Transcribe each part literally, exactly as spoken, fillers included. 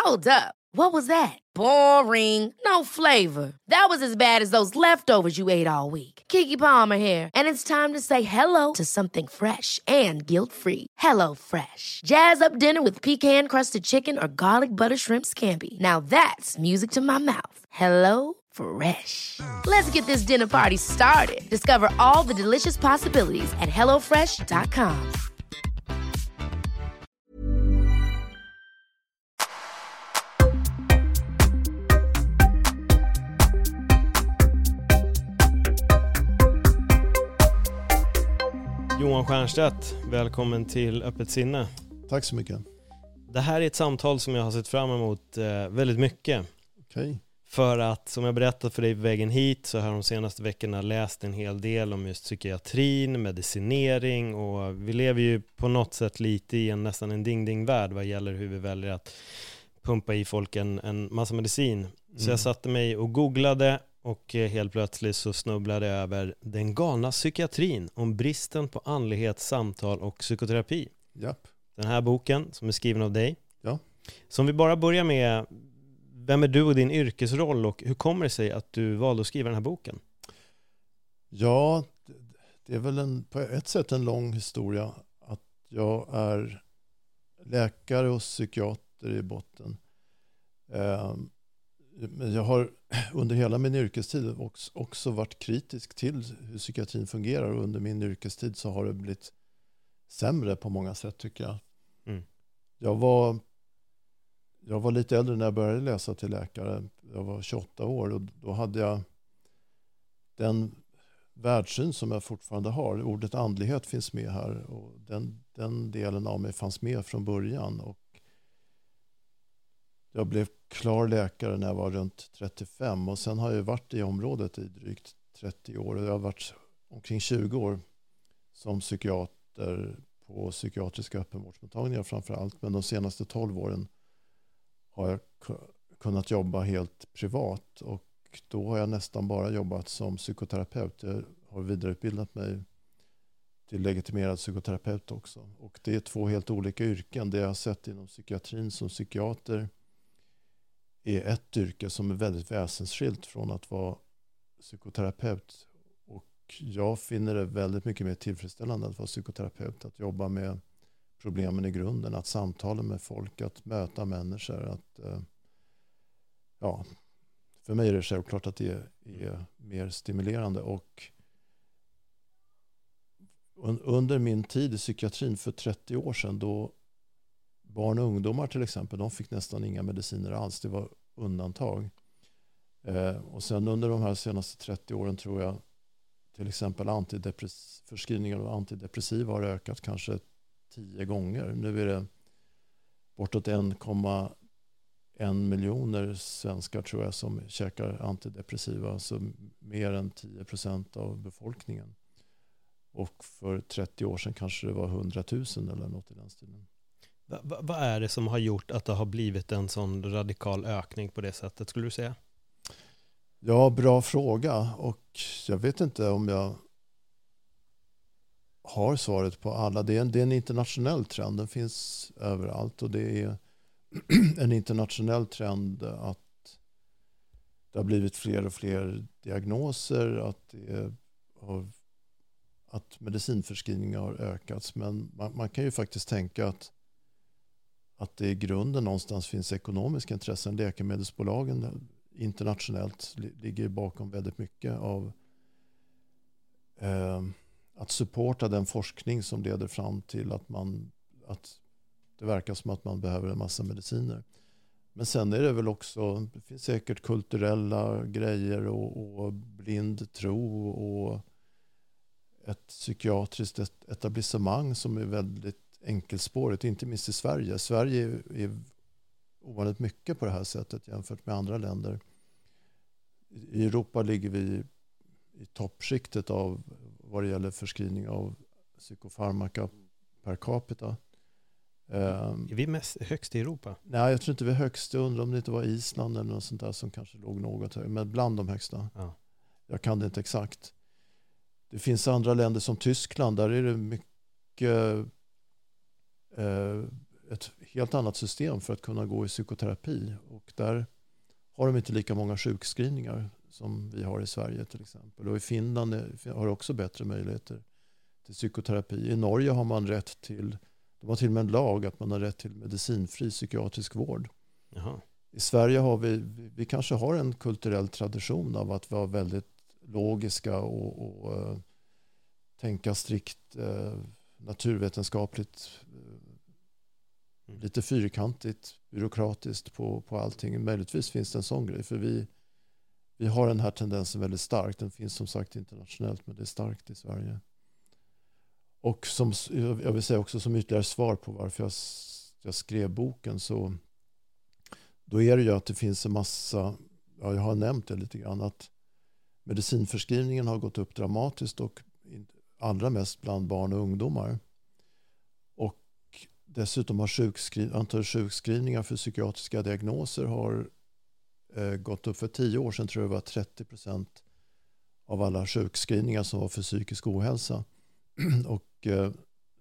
Hold up. What was that? Boring. No flavor. That was as bad as those leftovers you ate all week. Keke Palmer here, and it's time to say hello to something fresh and guilt-free. Hello Fresh. Jazz up dinner with pecan-crusted chicken or garlic butter shrimp scampi. Now that's music to my mouth. Hello Fresh. Let's get this dinner party started. Discover all the delicious possibilities at hello fresh dot com. Johan Stiernstedt, välkommen till Öppet sinne. Tack så mycket. Det här är ett samtal som jag har sett fram emot eh, väldigt mycket. Okej. För att, som jag berättat för dig på vägen hit, så har jag de senaste veckorna läst en hel del om just psykiatrin, medicinering, och vi lever ju på något sätt lite i en nästan en ding-ding-värld vad gäller hur vi väljer att pumpa i folk en, en massa medicin. Så Mm. jag satte mig och googlade, och helt plötsligt så snubblade jag över Den galna psykiatrin, om bristen på andlighet, samtal och psykoterapi. Japp. Den här boken som är skriven av dig. Ja. Så om vi bara börjar med, vem är du och din yrkesroll, och hur kommer det sig att du valde att skriva den här boken? Ja, det är väl en, på ett sätt en lång historia. Att jag är läkare och psykiater i botten. Um, Men jag har under hela min yrkestid också, också varit kritisk till hur psykiatrin fungerar. Och under min yrkestid så har det blivit sämre på många sätt, tycker jag. Mm. Jag var, jag var lite äldre när jag började läsa till läkare. Jag var tjugoåtta år, och då hade jag den världssyn som jag fortfarande har. Ordet andlighet finns med här, och den, den delen av mig fanns med från början. Och jag blev klar läkare när jag var runt trettiofem, och sen har jag varit i området i drygt trettio år, och jag har varit omkring tjugo år som psykiater på psykiatriska öppenvårdsmottagningar framför allt, men de senaste tolv åren har jag kunnat jobba helt privat, och då har jag nästan bara jobbat som psykoterapeut. Jag har vidareutbildat mig till legitimerad psykoterapeut också, och det är två helt olika yrken. Det jag har sett inom psykiatrin som psykiater är ett yrke som är väldigt väsensskilt från att vara psykoterapeut. Och jag finner det väldigt mycket mer tillfredsställande att vara psykoterapeut. Att jobba med problemen i grunden, att samtala med folk, att möta människor. Att, ja, för mig är det självklart att det är mer stimulerande. Och under min tid i psykiatrin för trettio år sedan, då barn och ungdomar till exempel, de fick nästan inga mediciner alls. Det var undantag. Eh, och sen under de här senaste trettio åren tror jag till exempel antidepress- förskrivningen av antidepressiva har ökat kanske tio gånger. Nu är det bortåt en komma en miljoner svenskar tror jag som käkar antidepressiva, alltså mer än tio procent av befolkningen. Och för trettio år sedan kanske det var hundratusen eller något i den stilen. Vad va är det som har gjort att det har blivit en sån radikal ökning på det sättet, skulle du säga? Ja, bra fråga. Och jag vet inte om jag har svaret på alla. Det är en, det är en internationell trend. Den finns överallt, och det är en internationell trend att det har blivit fler och fler diagnoser, att, det har, att medicinförskrivningar har ökats. Men man, man kan ju faktiskt tänka att att det i grunden någonstans finns ekonomiska intressen. Läkemedelsbolagen internationellt ligger bakom väldigt mycket av eh, att supporta den forskning som leder fram till att man att det verkar som att man behöver en massa mediciner. Men sen är det väl också, det finns säkert kulturella grejer och, och blind tro och ett psykiatriskt etablissemang som är väldigt enkelspårigt, inte minst i Sverige. Sverige är ovanligt mycket på det här sättet jämfört med andra länder. I Europa ligger vi i toppskiktet av vad det gäller förskrivning av psykofarmaka per capita. Är vi mest högst i Europa? Nej, jag tror inte vi är högst. Jag undrar om det inte var Island eller något sånt där som kanske låg något högre, men bland de högsta. Ja. Jag kan det inte exakt. Det finns andra länder som Tyskland, där är det mycket eh, ett helt annat system för att kunna gå i psykoterapi. Och där har de inte lika många sjukskrivningar som vi har i Sverige till exempel. Och i Finland har också bättre möjligheter till psykoterapi. I Norge har man rätt till, de har till och med en lag att man har rätt till medicinfri psykiatrisk vård. Jaha. I Sverige har vi, vi kanske har en kulturell tradition av att vara väldigt logiska och, och uh, tänka strikt uh, naturvetenskapligt, uh, lite fyrkantigt, byråkratiskt på, på allting. Möjligtvis finns det en sån grej, för vi, vi har den här tendensen väldigt starkt. Den finns som sagt internationellt, men det är starkt i Sverige. Och som, jag vill säga också som ytterligare svar på varför jag, jag skrev boken, så då är det ju att det finns en massa, ja, jag har nämnt det lite grann, att medicinförskrivningen har gått upp dramatiskt och allra mest bland barn och ungdomar. Och dessutom har sjukskriv, antalet sjukskrivningar för psykiatriska diagnoser har eh, gått upp. För tio år sedan tror jag det var trettio procent av alla sjukskrivningar som var för psykisk ohälsa. Och eh,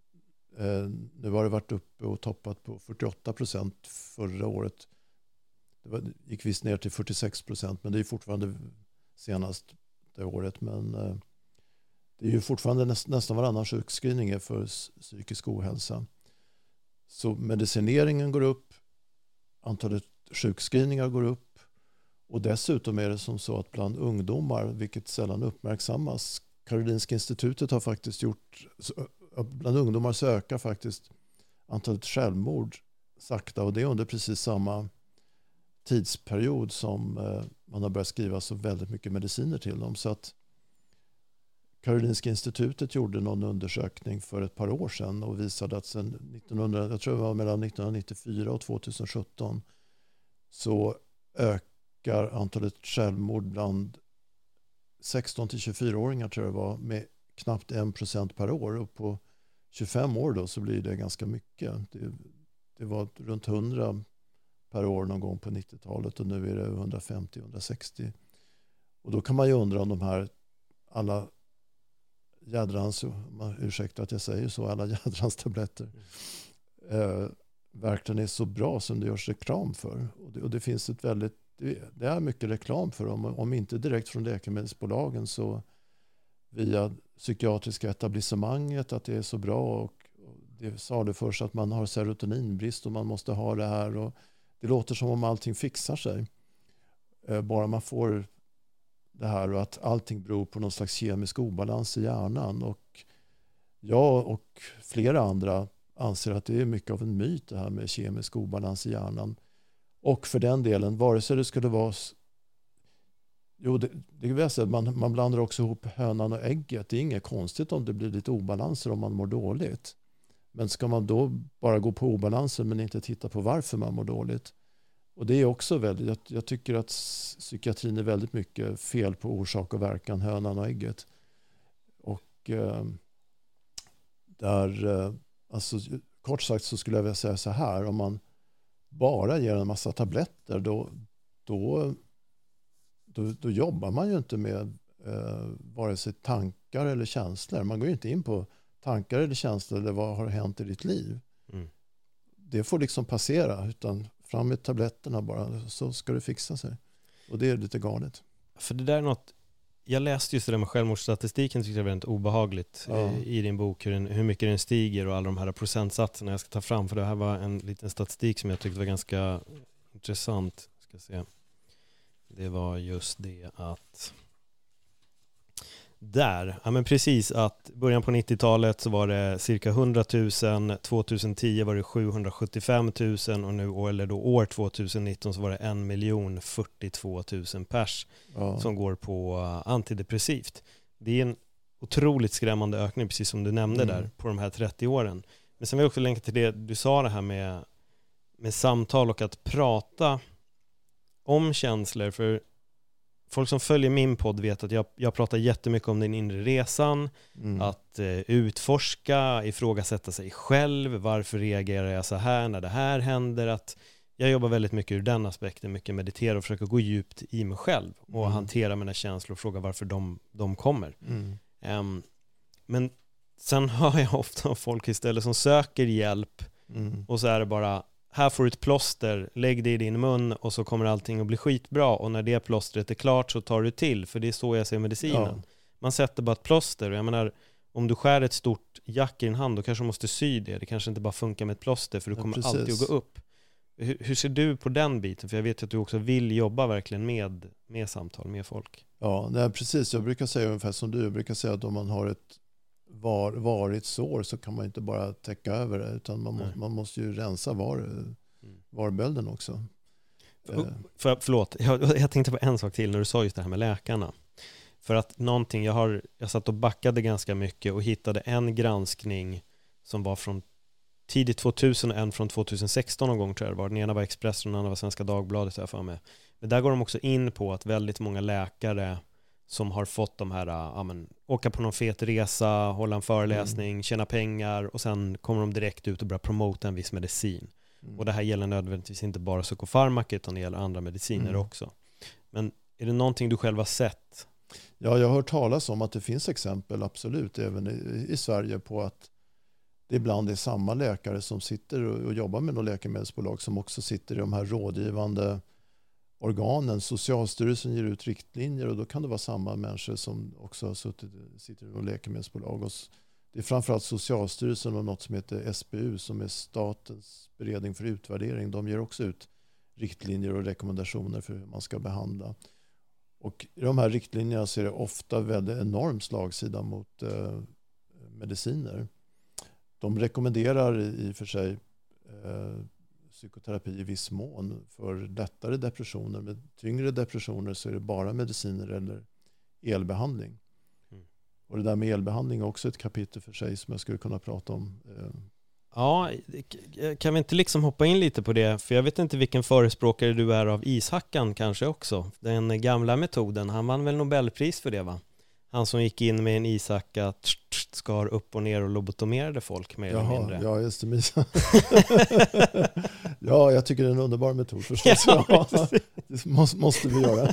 nu har det varit uppe och toppat på fyrtioåtta procent förra året. Det var, gick visst ner till fyrtiosex procent, men det är fortfarande senast det året. Men eh, det är ju fortfarande näst, nästan varannan sjukskrivning är för psykisk ohälsa. Så medicineringen går upp, antalet sjukskrivningar går upp, och dessutom är det som så att bland ungdomar, vilket sällan uppmärksammas, Karolinska institutet har faktiskt gjort, bland ungdomar så ökar faktiskt antalet självmord sakta, och det är under precis samma tidsperiod som eh, man har börjat skriva så väldigt mycket mediciner till dem. Så att Karolinska institutet gjorde någon undersökning för ett par år sedan och visade att sedan nittonhundra, jag tror det var mellan nittonhundranittiofyra och tjugohundrasjutton, så ökar antalet självmord bland sexton till tjugofyra-åringar tror jag det var med knappt en procent per år, och på tjugofem år då så blir det ganska mycket. Det, det var runt hundra per år någon gång på nittiotalet, och nu är det hundrafemtio till hundrasextio. Och då kan man ju undra om de här alla jädrans, ursäkta att jag säger så, alla jädrans tabletter eh, verkligen är så bra som det görs reklam för. Och det, och det finns ett väldigt, det, det är mycket reklam för dem, om inte direkt från läkemedelsbolagen så via psykiatriska etablissemanget, att det är så bra, och, och det sa det först att man har serotoninbrist och man måste ha det här, och det låter som om allting fixar sig eh, bara man får det här, och att allting beror på någon slags kemisk obalans i hjärnan. Och jag och flera andra anser att det är mycket av en myt det här med kemisk obalans i hjärnan. Och för den delen, vare sig det skulle vara, jo det, det vill jag säga, man, man blandar också ihop hönan och ägget. Det är inget konstigt om det blir lite obalanser om man mår dåligt. Men ska man då bara gå på obalansen men inte titta på varför man mår dåligt? Och det är också väldigt, jag, jag tycker att psykiatrin är väldigt mycket fel på orsak och verkan, hönan och ägget. Och eh, där, eh, alltså kort sagt så skulle jag vilja säga så här, om man bara ger en massa tabletter då, då, då, då jobbar man ju inte med eh, vare sig tankar eller känslor. Man går ju inte in på tankar eller känslor eller vad har hänt i ditt liv. Mm. Det får liksom passera, utan fram med tabletterna bara, så ska det fixa sig. Och det är lite galet. För det där är något, jag läste just det där med självmordsstatistiken, tyckte jag var väldigt obehagligt ja. i din bok, hur, den, hur mycket den stiger och alla de här procentsatserna jag ska ta fram, för det här var en liten statistik som jag tyckte var ganska intressant. Ska se. Det var just det att där, ja men precis, att början på nittiotalet så var det cirka hundra tusen, tjugohundratio var det sjuhundrasjuttiofem tusen och nu, eller då år tjugonitton så var det en miljon fyrtiotvå tusen pers ja. som går på antidepressivt. Det är en otroligt skrämmande ökning, precis som du nämnde mm. där, på de här trettio åren. Men sen vill jag också länka till det du sa, det här med, med samtal och att prata om känslor, för folk som följer min podd vet att jag, jag pratar jättemycket om den inre resan, mm. att eh, utforska, ifrågasätta sig själv, varför reagerar jag så här när det här händer, att jag jobbar väldigt mycket ur den aspekten, mycket meditera och försöka gå djupt i mig själv och mm. hantera mina känslor och fråga varför de, de kommer. Mm. Um, men sen har jag ofta folk istället som söker hjälp Mm. Och så är det bara, här får du ett plåster, lägg det i din mun och så kommer allting att bli skitbra. Och när det plåstret är klart så tar du till, för det är så jag ser medicinen. Ja. Man sätter bara ett plåster, och jag menar, om du skär ett stort jack i din hand, då kanske du måste sy det. Det kanske inte bara funkar med ett plåster, för du kommer ja, alltid att gå upp. Hur, hur ser du på den biten? För jag vet att du också vill jobba verkligen med, med samtal med folk. Ja, nej, precis. Jag brukar säga ungefär som du. Jag brukar säga att om man har ett var, varigt sår så kan man inte bara täcka över det, utan man, må, man måste ju rensa var, varbölden också. För, för, förlåt, jag, jag tänkte på en sak till när du sa just det här med läkarna. För att någonting, jag, har, jag satt och backade ganska mycket och hittade en granskning som var från tidigt tvåtusen och en från tjugohundrasexton någon gång tror jag det var. Den ena var Expressen och den andra var Svenska Dagbladet. Så jag för mig. Men där går de också in på att väldigt många läkare som har fått de här, ja, men, åka på någon fet resa, hålla en föreläsning, mm. tjäna pengar och sen kommer de direkt ut och börjar promota en viss medicin. Mm. Och det här gäller nödvändigtvis inte bara psykofarmaka utan det gäller andra mediciner mm. också. Men är det någonting du själv har sett? Ja, jag har hört talas om att det finns exempel, absolut, även i, i Sverige på att det ibland är samma läkare som sitter och, och jobbar med något läkemedelsbolag som också sitter i de här rådgivande organen. Socialstyrelsen ger ut riktlinjer och då kan det vara samma människor som också har suttit, sitter i något läkemedelsbolag. Och det är framförallt Socialstyrelsen och något som heter S B U som är Statens beredning för utvärdering. De ger också ut riktlinjer och rekommendationer för hur man ska behandla. Och i de här riktlinjerna så är det ofta väldigt enorm slagsida mot eh, mediciner. De rekommenderar i och för sig eh, psykoterapi i viss mån för lättare depressioner. Med tyngre depressioner så är det bara mediciner eller elbehandling. Mm. Och det där med elbehandling är också ett kapitel för sig som jag skulle kunna prata om. Eh. Ja, kan vi inte liksom hoppa in lite på det? För jag vet inte vilken förespråkare du är av ishackan kanske också. Den gamla metoden, han vann väl Nobelpris för det, va? Han som gick in med en ishacka, skar upp och ner och lobotomerade folk mer Jaha, eller mindre. Ja, just det. Ja, jag tycker det är en underbar metod förstås. Ja, ja, det måste, måste vi göra.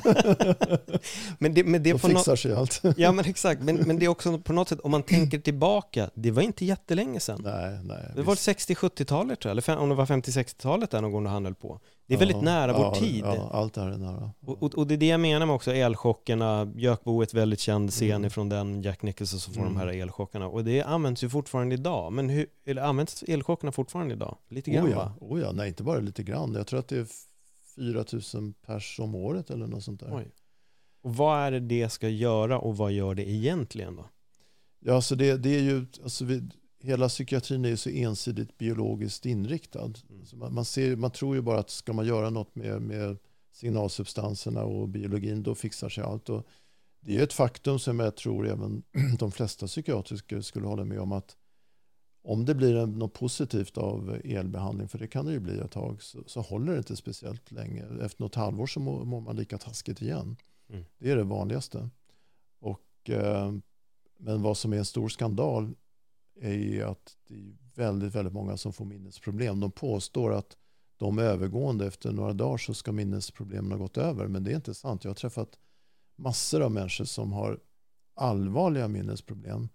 Men det, men det de fixar no- sig allt. Ja, men exakt. Men, men det är också på något sätt, om man tänker tillbaka, det var inte jättelänge sedan. Nej, nej. Det var sextio-sjuttiotalet tror jag, eller fem, om det var femtio-sextiotalet där någon gång du handlade på. Det är ja, väldigt nära ja, vår tid. Ja, allt det här är nära. Ja. Och, och, och det är det jag menar med också elchockerna. Jökbo är ett väldigt känd scen mm. från den Jack Nicholson som får mm. de här elchockerna. Och det används ju fortfarande idag. Men hur, eller används elchockerna fortfarande idag? Lite grann, oh ja, va? Oh ja, nej inte bara lite grann. Jag tror att det är fyra tusen pers om året eller något sånt där. Oj. Och vad är det det ska göra och vad gör det egentligen då? Ja, så det, det är ju... Alltså vi, hela psykiatrin är ju så ensidigt biologiskt inriktad. Mm. Så man, man, ser, man tror ju bara att ska man göra något med, med signalsubstanserna och biologin, då fixar sig allt. Och det är ett faktum som jag tror även de flesta psykiatriker skulle hålla med om, att om det blir en, något positivt av elbehandling, för det kan det ju bli ett tag, så, så håller det inte speciellt länge. Efter något halvår så mår, mår man lika taskigt igen. Mm. Det är det vanligaste. Och, eh, men vad som är en stor skandal är att det är väldigt, väldigt många som får minnesproblem. De påstår att de är övergående, efter några dagar så ska minnesproblemen ha gått över. Men det är inte sant. Jag har träffat massor av människor som har allvarliga minnesproblem.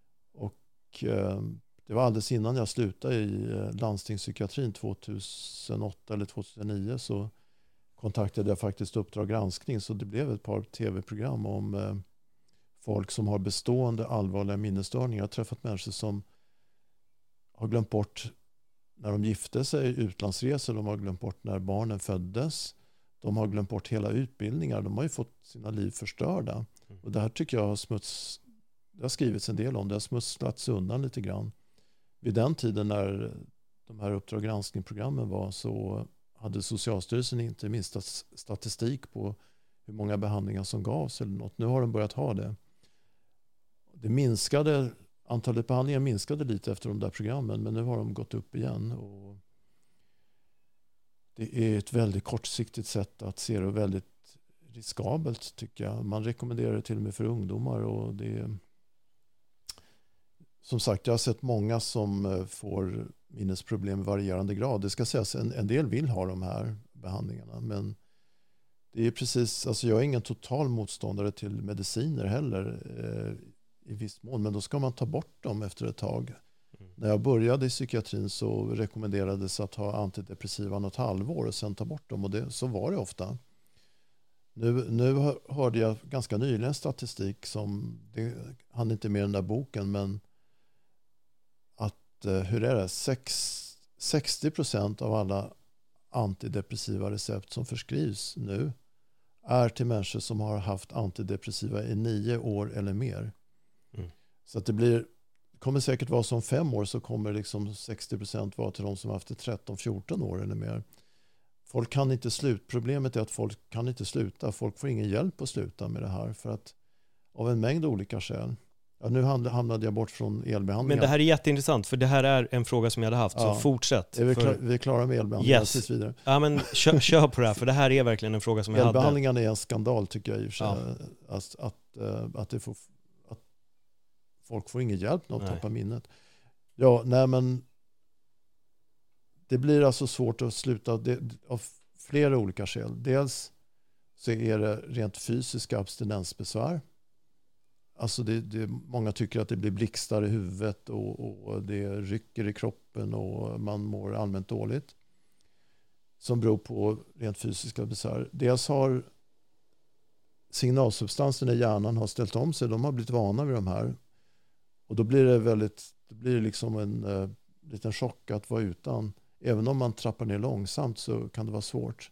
Och eh, det var alldeles innan jag slutade i eh, landstingspsykiatrin tjugohundraåtta eller tjugohundranio, så kontaktade jag faktiskt Uppdrag granskning. Så det blev ett par tv-program om eh, folk som har bestående allvarliga minnesstörningar. Jag har träffat människor som har glömt bort när de gifte sig, utlandsresor, de har glömt bort när barnen föddes, de har glömt bort hela utbildningar, de har ju fått sina liv förstörda. Mm. Och det här tycker jag har smuts, det har skrivits en del om, det har smutslats undan lite grann. Vid den tiden när de här Uppdrag granskning-programmen var, så hade Socialstyrelsen inte minsta statistik på hur många behandlingar som gavs eller något. Nu har de börjat ha det. Det minskade, antalet behandlingar minskade lite efter de där programmen, men nu har de gått upp igen. Och det är ett väldigt kortsiktigt sätt att se det, och väldigt riskabelt tycker jag. Man rekommenderar det till och med för ungdomar, och det är, som sagt, jag har sett många som får minnesproblem i varierande grad. Det ska sägas, en, en del vill ha de här behandlingarna, men det är precis, alltså jag är ingen total motståndare till mediciner heller eh, i viss mån, men då ska man ta bort dem efter ett tag. Mm. när jag började i psykiatrin så rekommenderades att ha antidepressiva något halvår och sen ta bort dem. Och det, så var det ofta. Nu, nu hörde jag ganska nyligen statistik som, det hann inte med den där boken, men att, hur är det, Sex, sextio procent av alla antidepressiva recept som förskrivs nu är till människor som har haft antidepressiva i nio år eller mer. Mm. Så att det blir, kommer säkert vara som fem år så kommer liksom sextio procent vara till de som har haft det tretton fjorton år eller mer. Folk kan inte sluta. Problemet är att folk kan inte sluta. Folk får ingen hjälp att sluta med det här för att av en mängd olika skäl. Ja, nu hamnade jag bort från elbehandling. Men det här är jätteintressant för det här är en fråga som jag hade haft. Ja. Så fortsätt. Är vi, för... klar, vi är klara med elbehandling. Yes. Vidare. Ja, men kör, kör på det här för det här är verkligen en fråga som jag hade. Elbehandlingen är en skandal tycker jag i och för sig. Ja. Att, att, att, det får, att folk får ingen hjälp när de tappar minnet. Ja, nej men det blir alltså svårt att sluta det, av flera olika skäl. Dels så är det rent fysiska abstinensbesvär. Alltså det, det, många tycker att det blir blixtar i huvudet och, och det rycker i kroppen och man mår allmänt dåligt. Som beror på rent fysiska besvär. Dels har signalsubstanserna i hjärnan har ställt om sig. De har blivit vana vid de här. Och då blir det väldigt, det blir liksom en uh, liten chock att vara utan. Även om man trappar ner långsamt så kan det vara svårt.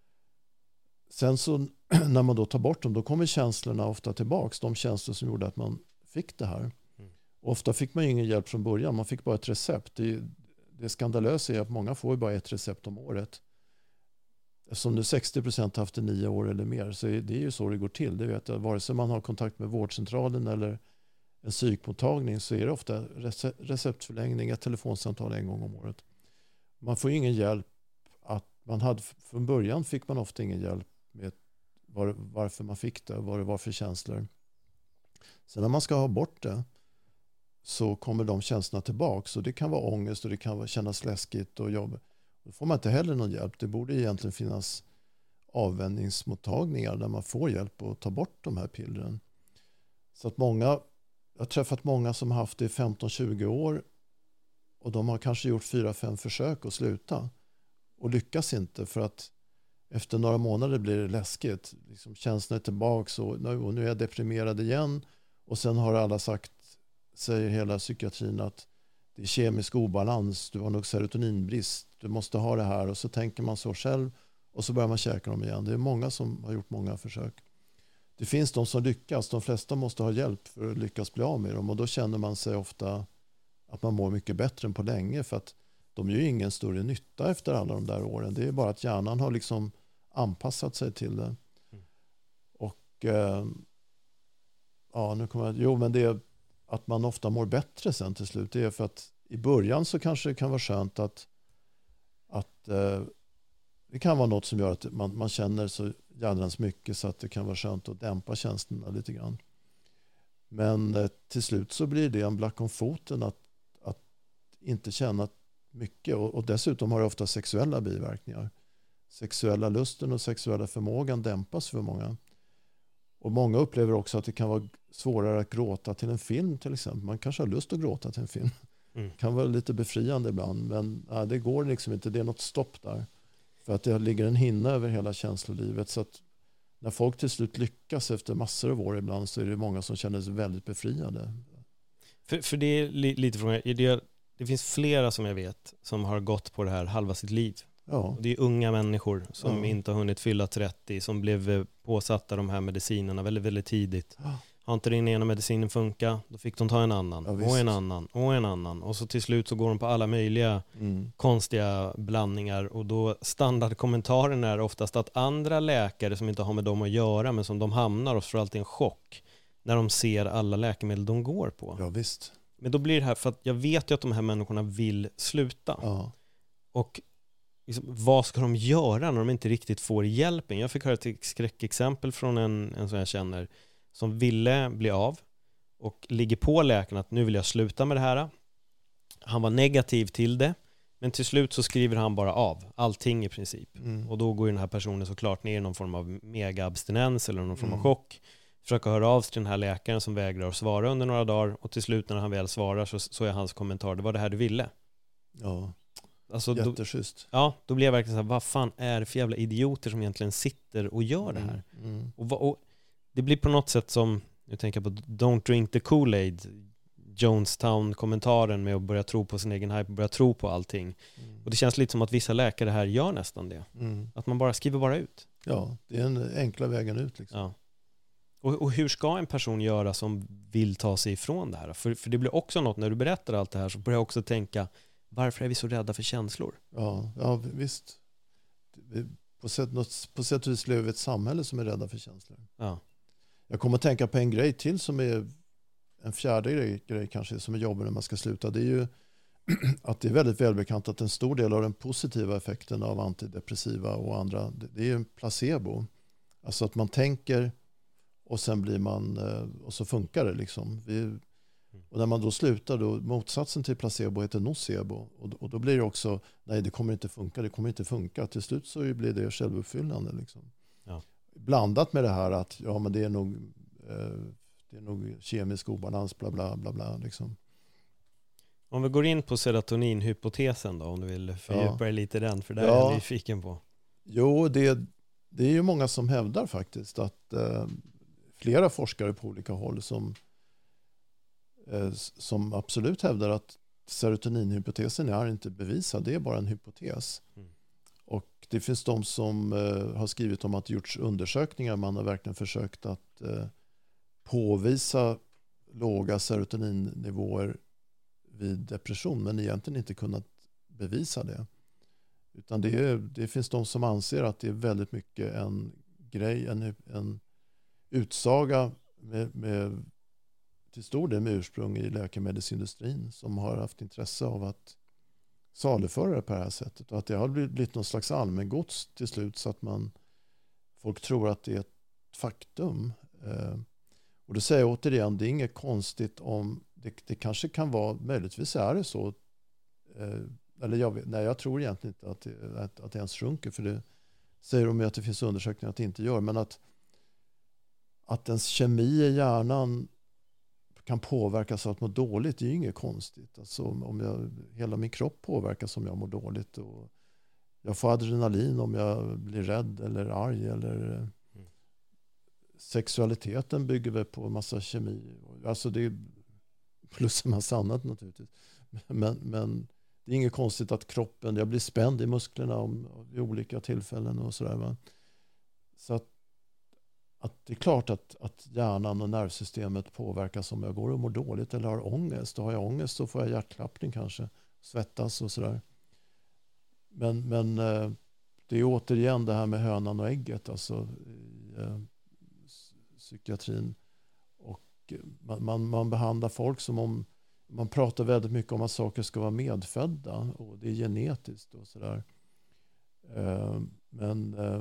Sen så när man då tar bort dem, då kommer känslorna ofta tillbaks. De känslor som gjorde att man fick det här. Mm. Ofta fick man ingen hjälp från början. Man fick bara ett recept. Det, det skandalösa är att många får bara ett recept om året. Eftersom nu sextio procent har haft det nio år eller mer så är det är ju så det går till. Det vet jag. Vare sig man har kontakt med vårdcentralen eller en psykmottagning så är det ofta receptförlängning, ett telefonsamtal en gång om året. Man får ingen hjälp. Att man hade, från början fick man ofta ingen hjälp med var, varför man fick det, vad det var för känslor. Sen när man ska ha bort det så kommer de känslorna tillbaka. Så det kan vara ångest och det kan kännas läskigt och jobb. Då får man inte heller någon hjälp. Det borde egentligen finnas avvänjningsmottagningar där man får hjälp att ta bort de här pillren. Så att många, jag har träffat många som har haft det i femton tjugo år och de har kanske gjort fyra fem försök att sluta och lyckas inte för att efter några månader blir det läskigt. Liksom känslorna är tillbaka och nu, och nu är jag deprimerad igen och sen har alla sagt, säger hela psykiatrin att det är kemisk obalans, du har nog serotoninbrist, du måste ha det här och så tänker man så själv och så börjar man käka dem igen. Det är många som har gjort många försök. Det finns de som lyckas, de flesta måste ha hjälp för att lyckas bli av med dem och då känner man sig ofta att man mår mycket bättre än på länge för att de gör ju ingen större nytta efter alla de där åren. Det är bara att hjärnan har liksom anpassat sig till det. Mm. Och eh, ja, nu kommer jag, jo men det är att man ofta mår bättre sen till slut. Det är för att i början så kanske det kan vara skönt att, att eh, det kan vara något som gör att man, man känner så jädrans mycket så att det kan vara skönt att dämpa känslorna lite grann. Men eh, till slut så blir det en black om foten att, att inte känna mycket och, och dessutom har det ofta sexuella biverkningar. Sexuella lusten och sexuella förmågan dämpas för många. Och många upplever också att det kan vara svårare att gråta till en film till exempel. Man kanske har lust att gråta till en film. Mm. Kan vara lite befriande ibland men nej, det går liksom inte. Det är något stopp där. För att det ligger en hinna över hela känslolivet så att när folk till slut lyckas efter massor av år ibland så är det många som känner sig väldigt befriade. För, för det är li, lite fråga, det, det finns flera som jag vet som har gått på det här halva sitt liv. Ja. Det är unga människor som ja. inte har hunnit fylla trettio som blev påsatta de här medicinerna väldigt, väldigt tidigt. Ja. Har inte den ena medicinen funka, då fick de ta en annan ja, och en annan och en annan. Och så till slut så går de på alla möjliga mm. konstiga blandningar och då standardkommentaren är oftast att andra läkare som inte har med dem att göra men som de hamnar hos får alltid en chock när de ser alla läkemedel de går på. Ja, visst. Men då blir det här för att jag vet ju att de här människorna vill sluta. Ja. Och liksom, vad ska de göra när de inte riktigt får hjälpen? Jag fick höra ett skräckexempel från en, en som jag känner som ville bli av och ligger på läkaren att nu vill jag sluta med det här. Han var negativ till det, men till slut så skriver han bara av allting i princip. Mm. Och då går ju den här personen såklart ner i någon form av mega-abstinens eller någon form av mm. chock. försöka höra av sig till den här läkaren som vägrar att svara under några dagar, och till slut när han väl svarar så, så är hans kommentar: det var det här du ville. Ja, alltså, jätteschysst. Då, ja, då blir jag verkligen så här, vad fan är det för jävla idioter som egentligen sitter och gör det här? Mm, mm. Och, och det blir på något sätt som, jag tänker på Don't Drink the Kool-Aid, Jonestown-kommentaren med att börja tro på sin egen hype, börja tro på allting. Mm. Och det känns lite som att vissa läkare här gör nästan det. Mm. Att man bara skriver bara ut. Ja, det är en enkla vägen ut. Liksom. Ja. Och, och hur ska en person göra som vill ta sig ifrån det här? För, för det blir också något, när du berättar allt det här så börjar jag också tänka, varför är vi så rädda för känslor? Ja, ja visst. På sätt, på sätt och vis lever vi ett samhälle som är rädda för känslor. Ja. Jag kommer att tänka på en grej till som är en fjärde grej, grej kanske som är jobbig när man ska sluta. Det är ju att det är väldigt välbekant att en stor del av den positiva effekten av antidepressiva och andra, det är ju en placebo. Alltså att man tänker och sen blir man, och så funkar det liksom. Vi, och när man då slutar, då motsatsen till placebo heter nocebo. Och, och då blir det också, nej det kommer inte funka, det kommer inte funka. Till slut så blir det självuppfyllande liksom. Ja. Blandat med det här att ja men det är nog, eh, det är nog kemisk obalans, bla bla bla bla liksom. Om vi går in på serotoninhypotesen då, om du vill fördjupa dig ja. lite i den, för där ja. är jag nyfiken på. Jo, det, det är ju många som hävdar faktiskt att eh, flera forskare på olika håll som, eh, som absolut hävdar att serotoninhypotesen är inte bevisad, det är bara en hypotes. Mm. Och det finns de som eh, har skrivit om att det gjorts undersökningar, man har verkligen försökt att eh, påvisa låga serotoninnivåer vid depression, men egentligen inte kunnat bevisa det. Utan det, är, det finns de som anser att det är väldigt mycket en grej, en, en utsaga med, med, till stor del med ursprung i läkemedelsindustrin som har haft intresse av att saluföra det på det här sättet. Och att det har blivit någon slags allmängods till slut så att man, folk tror att det är ett faktum. Eh, och det säger jag återigen, det är inget konstigt om det, det kanske kan vara, möjligtvis är det så, eh, eller jag, vet, nej, jag tror egentligen inte att det, att, att det ens sjunker, för det säger de ju att det finns undersökningar att det inte gör, men att, att ens kemi i hjärnan kan påverkas av att må dåligt, det är ju inget konstigt. Alltså, om jag, hela min kropp påverkas om jag mår dåligt, och jag får adrenalin om jag blir rädd eller arg, eller mm. sexualiteten bygger väl på en massa kemi, alltså det är plus en massa annat naturligtvis, men, men det är inget konstigt att kroppen, jag blir spänd i musklerna om, vid olika tillfällen och sådär, va? Så att, att det är klart att, att hjärnan och nervsystemet påverkas om jag går och mår dåligt eller har ångest. Då har jag ångest så får jag hjärtklappning kanske, svettas och sådär. Men, men det är återigen det här med hönan och ägget, alltså i eh, psykiatrin. Och man, man, man behandlar folk som om, man pratar väldigt mycket om att saker ska vara medfödda och det är genetiskt och sådär. Eh, men eh,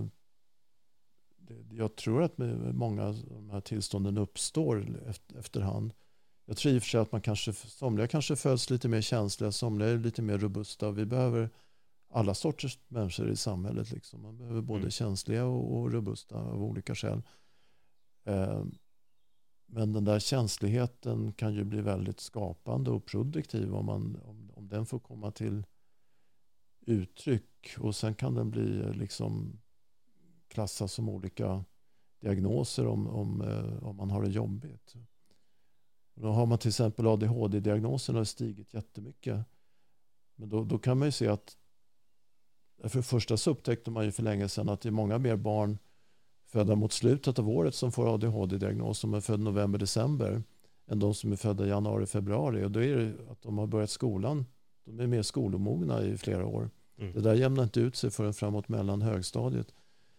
jag tror att många av de här tillstånden uppstår efterhand. Jag tror i och för sig att man kanske, somliga kanske föds lite mer känsliga, somliga är lite mer robusta. Vi behöver alla sorters människor i samhället. Liksom. Man behöver både mm. känsliga och, och robusta av olika skäl. Eh, men den där känsligheten kan ju bli väldigt skapande och produktiv om, man, om, om den får komma till uttryck. Och sen kan den bli liksom klassas som olika diagnoser om, om, om man har det jobbigt. Då har man till exempel A D H D-diagnosen har stigit jättemycket. Men då, då kan man ju se att för det första så upptäckte man ju för länge sedan att det är många mer barn födda mot slutet av året som får A D H D-diagnos, som är födda november-december, än de som är födda i januari-februari. Och då är det att de har börjat skolan, de är mer skolomogna i flera år. Mm. Det där jämnar inte ut sig förrän framåt mellan högstadiet.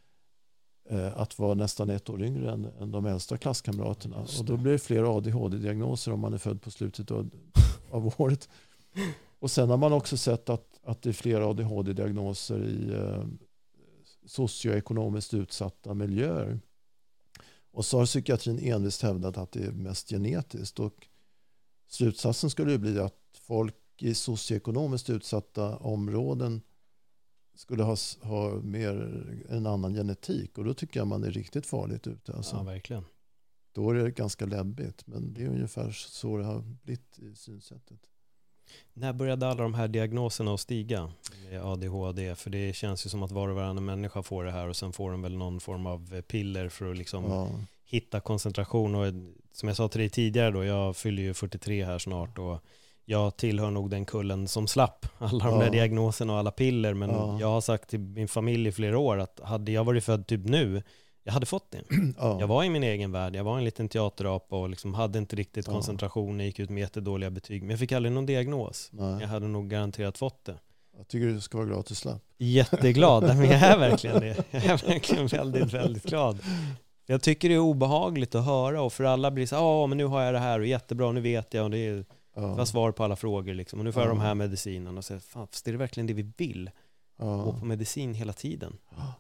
Att vara nästan ett år yngre än, än de äldsta klasskamraterna. Och då blir det fler A D H D-diagnoser om man är född på slutet av, av året. Och sen har man också sett att, att det är fler A D H D-diagnoser i eh, socioekonomiskt utsatta miljöer. Och så har psykiatrin envist hävdat att det är mest genetiskt. Och slutsatsen skulle ju bli att folk i socioekonomiskt utsatta områden skulle ha, ha mer en annan genetik, och då tycker jag man är riktigt farligt ute. Alltså. Ja, verkligen. då är det ganska läbbigt. Men det är ungefär så det har blivit i synsättet. När började alla de här diagnoserna att stiga med A D H D? För det känns ju som att var och varannan människa får det här och sen får de väl någon form av piller för att liksom Ja. hitta koncentration. Och som jag sa till dig tidigare då, jag fyller ju fyrtiotre här snart och jag tillhör nog den kullen som slapp alla de Ja. där diagnoserna och alla piller. Men Ja. jag har sagt till min familj i flera år att hade jag varit född typ nu, jag hade fått det. Ja. Jag var i min egen värld, jag var en liten teaterapa och liksom hade inte riktigt Ja. koncentration, jag gick ut med jättedåliga betyg. Men jag fick aldrig någon diagnos. Nej. Jag hade nog garanterat fått det. Jag tycker du ska vara glad att du slapp. Jätteglad, men jag är verkligen det. Jag är verkligen väldigt, väldigt glad. Jag tycker det är obehagligt att höra och för alla blir så ja men nu har jag det här och jättebra, nu vet jag och det är Ja. jag svar på alla frågor liksom. Och nu får jag Ja. de här medicinerna och säger fan, fast det är verkligen det vi vill. Ja. Gå på medicin hela tiden.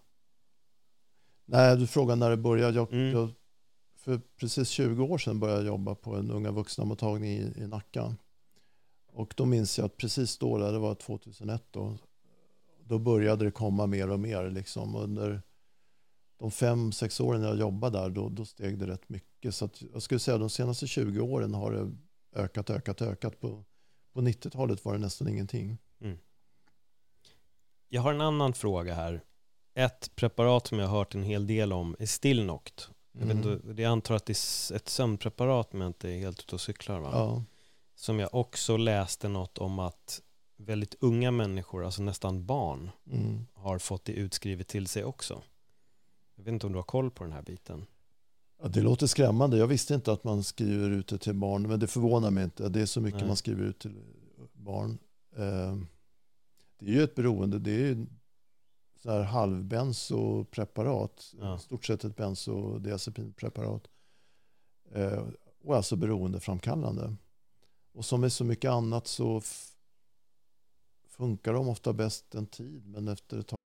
Nej, du frågar när det började. Jag, Mm. jag, för precis tjugo år sedan började jag jobba på en unga vuxna-mottagning i, i Nacka. Och då minns jag att precis då, det var tjugohundraett då, då började det komma mer och mer. Liksom. Under de fem, sex åren jag jobbade där, då, då steg det rätt mycket. Så att jag skulle säga att de senaste tjugo åren har det ökat, ökat, ökat. På, på nittiotalet var det nästan ingenting. Mm. Jag har en annan fråga här. Ett preparat som jag har hört en hel del om är Stilnoct. Jag, vet Mm. inte, jag antar att det är ett sömnpreparat men inte är helt ute och cyklar va? Ja. Som jag också läste något om att väldigt unga människor, alltså nästan barn, Mm. har fått det utskrivet till sig också. Jag vet inte om du har koll på den här biten. Ja, det låter skrämmande. Jag visste inte att man skriver ut det till barn, men det förvånar mig inte. Det är så mycket Nej. man skriver ut till barn. Eh, det är ju ett beroende. Det är ju så här halvbensopreparat. Ja. Stort sett ett bensodiazepinpreparat. Eh, och alltså beroendeframkallande. Och som med så mycket annat så f- funkar de ofta bäst en tid, men efter ett tag.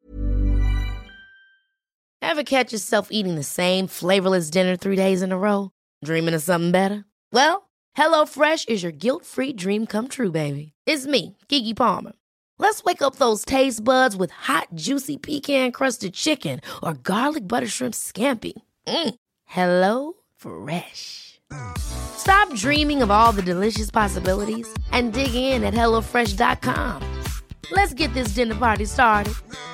Ever catch yourself eating the same flavorless dinner three days in a row? Dreaming of something better? Well, HelloFresh is your guilt-free dream come true, baby. It's me, Keke Palmer. Let's wake up those taste buds with hot, juicy pecan-crusted chicken or garlic butter shrimp scampi. Mm. Hello Fresh. Stop dreaming of all the delicious possibilities and dig in at hello fresh dot com. Let's get this dinner party started.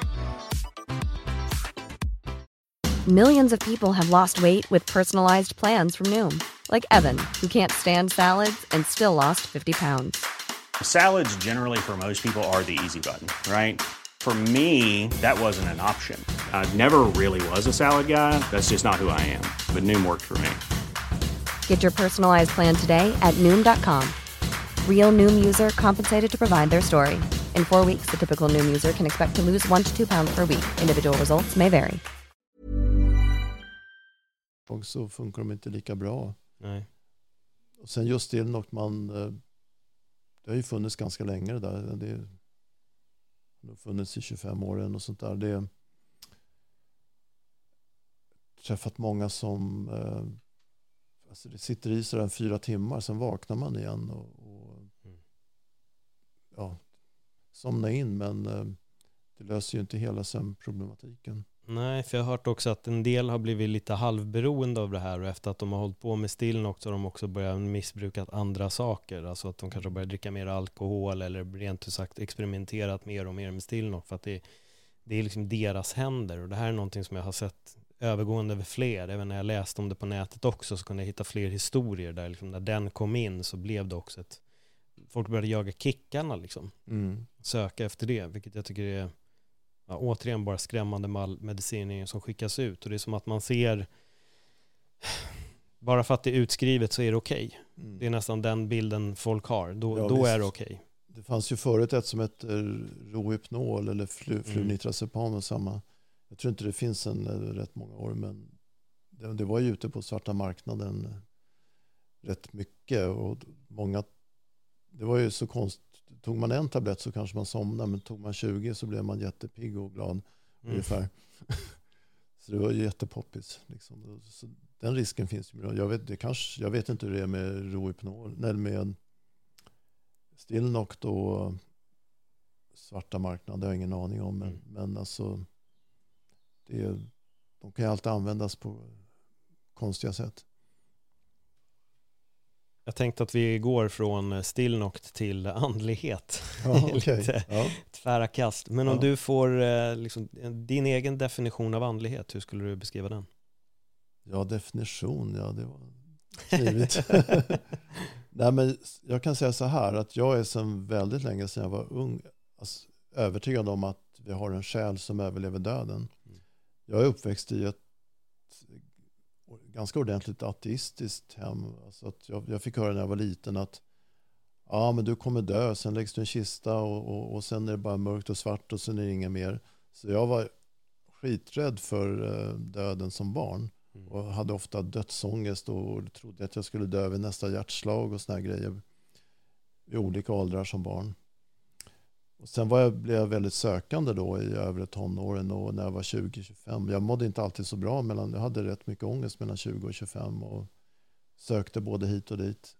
Millions of people have lost weight with personalized plans from Noom. Like Evan, who can't stand salads and still lost fifty pounds. Salads generally for most people are the easy button, right? For me, that wasn't an option. I never really was a salad guy. That's just not who I am. But Noom worked for me. Get your personalized plan today at Noom dot com. Real Noom user compensated to provide their story. In four weeks, the typical Noom user can expect to lose one to two pounds per week. Individual results may vary. Och så funkar de inte lika bra. Nej. Och sen just det något man, det har ju funnits ganska länge det där. Det, det har funnits i tjugofem år och sånt där. Det har träffat många som alltså det sitter i sig en fyra timmar, sen vaknar man igen och, och ja, somnar in, men det löser ju inte hela sömnproblematiken. Nej, för jag har hört också att en del har blivit lite halvberoende av det här och efter att de har hållit på med Stilnoct så har de också börjat missbruka andra saker. Alltså att de kanske börjar dricka mer alkohol eller rent ut sagt experimenterat mer och mer med Stilnoct för att det, det är liksom deras händer. Och det här är någonting som jag har sett övergående över fler. Även när jag läste om det på nätet också så kunde jag hitta fler historier där liksom när den kom in så blev det också ett... Folk började jaga kickarna liksom. Mm. Söka efter det, vilket jag tycker är... Ja, återigen bara skrämmande medicinering som skickas ut och det är som att man ser bara för att det är utskrivet så är det okej. Okay. Mm. Det är nästan den bilden folk har. Då, ja, då är det okej. Okay. Det fanns ju förut ett som heter Rohypnol eller flu, flunitrazepam och samma. Jag tror inte det finns en rätt många år, men det, det var ju ute på svarta marknaden rätt mycket och många, det var ju så konstigt. Tog man en tablett så kanske man somnade, men tog man tjugo så blev man jättepigg och glad mm. ungefär. Så det var ju jättepoppis. Liksom. Så den risken finns ju. Jag vet, det kanske, jag vet inte hur det är med Rohypnol, eller med Stilnoct och svarta marknaden. Det har jag ingen aning om. Men, mm. men alltså, det, de kan ju alltid användas på konstiga sätt. Jag tänkte att vi går från stillnokt till andlighet. Ja, okay. Lite ja. tvära kast. Men om Ja. du får eh, liksom, din egen definition av andlighet, hur skulle du beskriva den? Ja, definition, ja det var knivigt. Nej, men jag kan säga så här att jag är sedan väldigt länge sedan jag var ung alltså, övertygad om att vi har en själ som överlever döden. Mm. Jag är uppväxt i ett ganska ordentligt ateistiskt hem. Alltså att jag, jag fick höra när jag var liten att ja, men du kommer dö, sen läggs du i en kista och, och, och sen är det bara mörkt och svart och sen är det inget mer. Så jag var skiträdd för uh, döden som barn. Mm. Och hade ofta dödsångest och trodde att jag skulle dö vid nästa hjärtslag och såna här grejer i olika åldrar som barn. Och sen var jag, blev jag väldigt sökande då i övre tonåren och när jag var tjugo till tjugofem. Jag mådde inte alltid så bra, mellan, jag hade rätt mycket ångest mellan tjugo och tjugofem och sökte både hit och dit.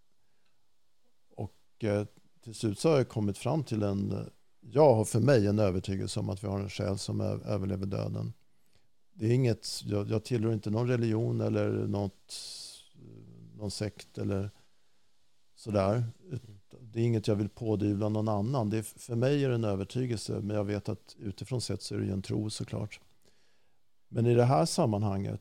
Och eh, till slut så har jag kommit fram till en, jag har för mig en övertygelse om att vi har en själ som är, överlever döden. Det är inget, jag, jag tillhör inte någon religion eller något, någon sekt eller sådär. Det är inget jag vill pådyvla någon annan. Det är, för mig är det en övertygelse, men jag vet att utifrån sett så är det ju en tro såklart. Men i det här sammanhanget,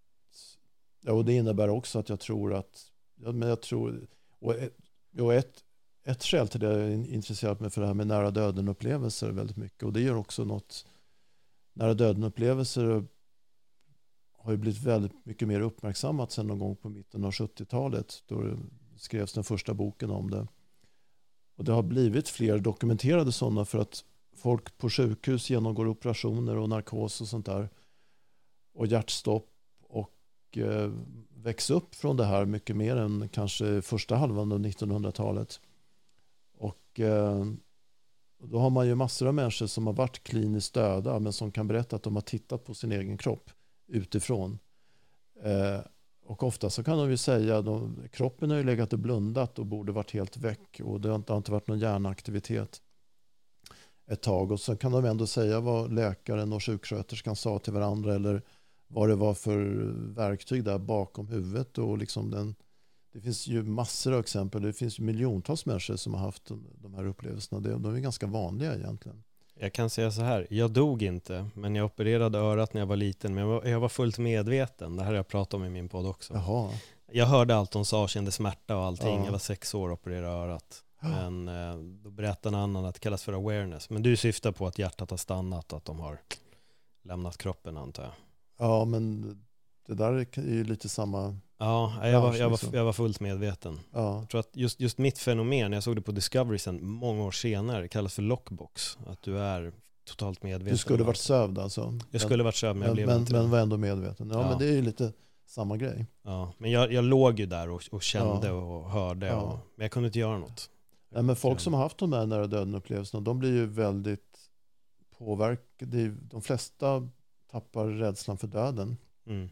ja, och det innebär också att jag tror att, ja, men jag tror, och ett, och ett, ett skäl till det jag är intresserad mig för det här med nära döden-upplevelser väldigt mycket, och det gör också något, nära döden-upplevelser har ju blivit väldigt mycket mer uppmärksammat sedan någon gång på mitten av sjuttiotalet då det skrevs den första boken om det. Och det har blivit fler dokumenterade sådana för att folk på sjukhus genomgår operationer och narkos och sånt där och hjärtstopp och eh, väcks upp från det här mycket mer än kanske första halvan av nittonhundratalet. Och eh, då har man ju massor av människor som har varit kliniskt döda men som kan berätta att de har tittat på sin egen kropp utifrån. Eh, och ofta så kan de ju säga att kroppen har ju legat och blundat och borde varit helt väck och det har inte, har inte varit någon hjärnaktivitet ett tag. Och så kan de ändå säga vad läkaren och sjuksköterskan sa till varandra eller vad det var för verktyg där bakom huvudet. Och liksom den, det finns ju massor av exempel. Det finns ju miljontals människor som har haft de, de här upplevelserna. De är ganska vanliga egentligen. Jag kan säga så här, jag dog inte, men jag opererade örat när jag var liten, men jag var, jag var fullt medveten. Det här har jag pratat om i min podd också. Jaha. Jag hörde allt de sa, kände smärta och allting. Ja. Jag var sex år och opererade örat. Men eh, då berättade en annan att det kallas för awareness. Men du syftar på att hjärtat har stannat, att de har lämnat kroppen, antar jag. Ja, men det där är ju lite samma... Ja, jag var, jag var, jag var fullt medveten. Ja. Jag tror att just, just mitt fenomen, jag såg det på Discovery sen många år senare, det kallas för lockbox. Att du är totalt medveten. Du skulle varit sövd alltså? Jag skulle varit sövd, men jag men, blev men, inte men var ändå medveten. Ja, Ja. men det är ju lite samma grej. Ja, men jag, jag låg ju där och, och kände Ja. och hörde. Ja. Och, men jag kunde inte göra något. Nej, men folk som har haft de här nära döden-upplevelserna, de blir ju väldigt påverkade. De flesta tappar rädslan för döden. Mm.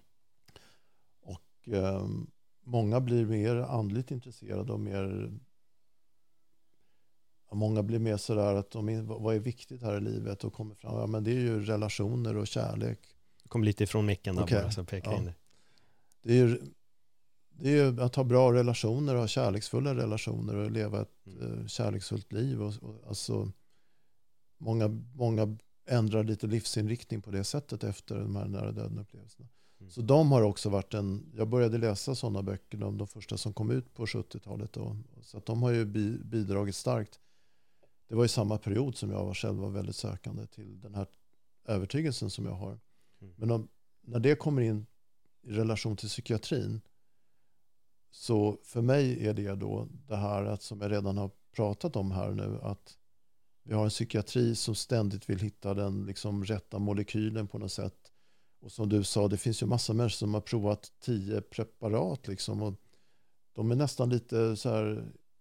Och eh, många blir mer andligt intresserade och mer... Många blir mer sådär att de, vad är viktigt här i livet och kommer fram. Ja, men det är ju relationer och kärlek. Kom lite ifrån micken där Okej. bara, så jag pekar Ja. in det. Det är ju det är ju att ha bra relationer och ha kärleksfulla relationer och leva ett Mm. eh, kärleksfullt liv. Och, och, alltså, många, många ändrar lite livsinriktning på det sättet efter de här nära döden-upplevelserna. Mm. Så de har också varit en... Jag började läsa sådana böcker, de, de första som kom ut på sjuttiotalet. Då. Så att de har ju bi, bidragit starkt. Det var i samma period som jag var själv var väldigt sökande till den här övertygelsen som jag har. Mm. Men om, när det kommer in i relation till psykiatrin, så för mig är det då det här att, som jag redan har pratat om här nu, att vi har en psykiatri som ständigt vill hitta den liksom rätta molekylen på något sätt. Och som du sa, det finns ju massa människor som har provat tio preparat liksom, och de är nästan lite så här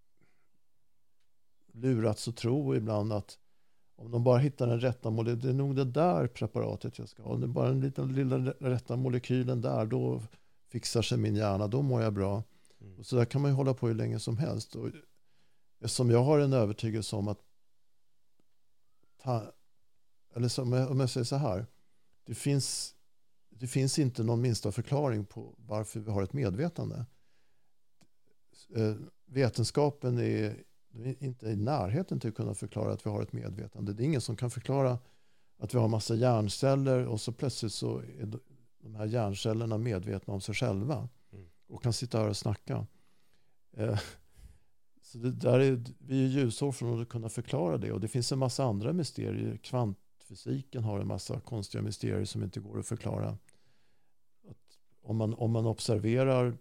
lurats att tro ibland att om de bara hittar den rätta molekylen, det är nog det där preparatet jag ska ha. Det är bara den lilla, lilla rätta molekylen där, då fixar sig min hjärna, då mår jag bra. Mm. Och så där kan man ju hålla på hur länge som helst. Och eftersom jag har en övertygelse om att ta, eller som jag, om jag säger så här, det finns, det finns inte någon minsta förklaring på varför vi har ett medvetande. eh, vetenskapen är inte i närheten till att kunna förklara att vi har ett medvetande. Det är ingen som kan förklara att vi har massa hjärnceller och så plötsligt så är de här hjärncellerna medvetna om sig själva och kan sitta här och snacka. Eh, så det där är, vi är ljusår från att kunna förklara det, och det finns en massa andra mysterier. Kvantfysiken har en massa konstiga mysterier som inte går att förklara. Att om man, om man observerar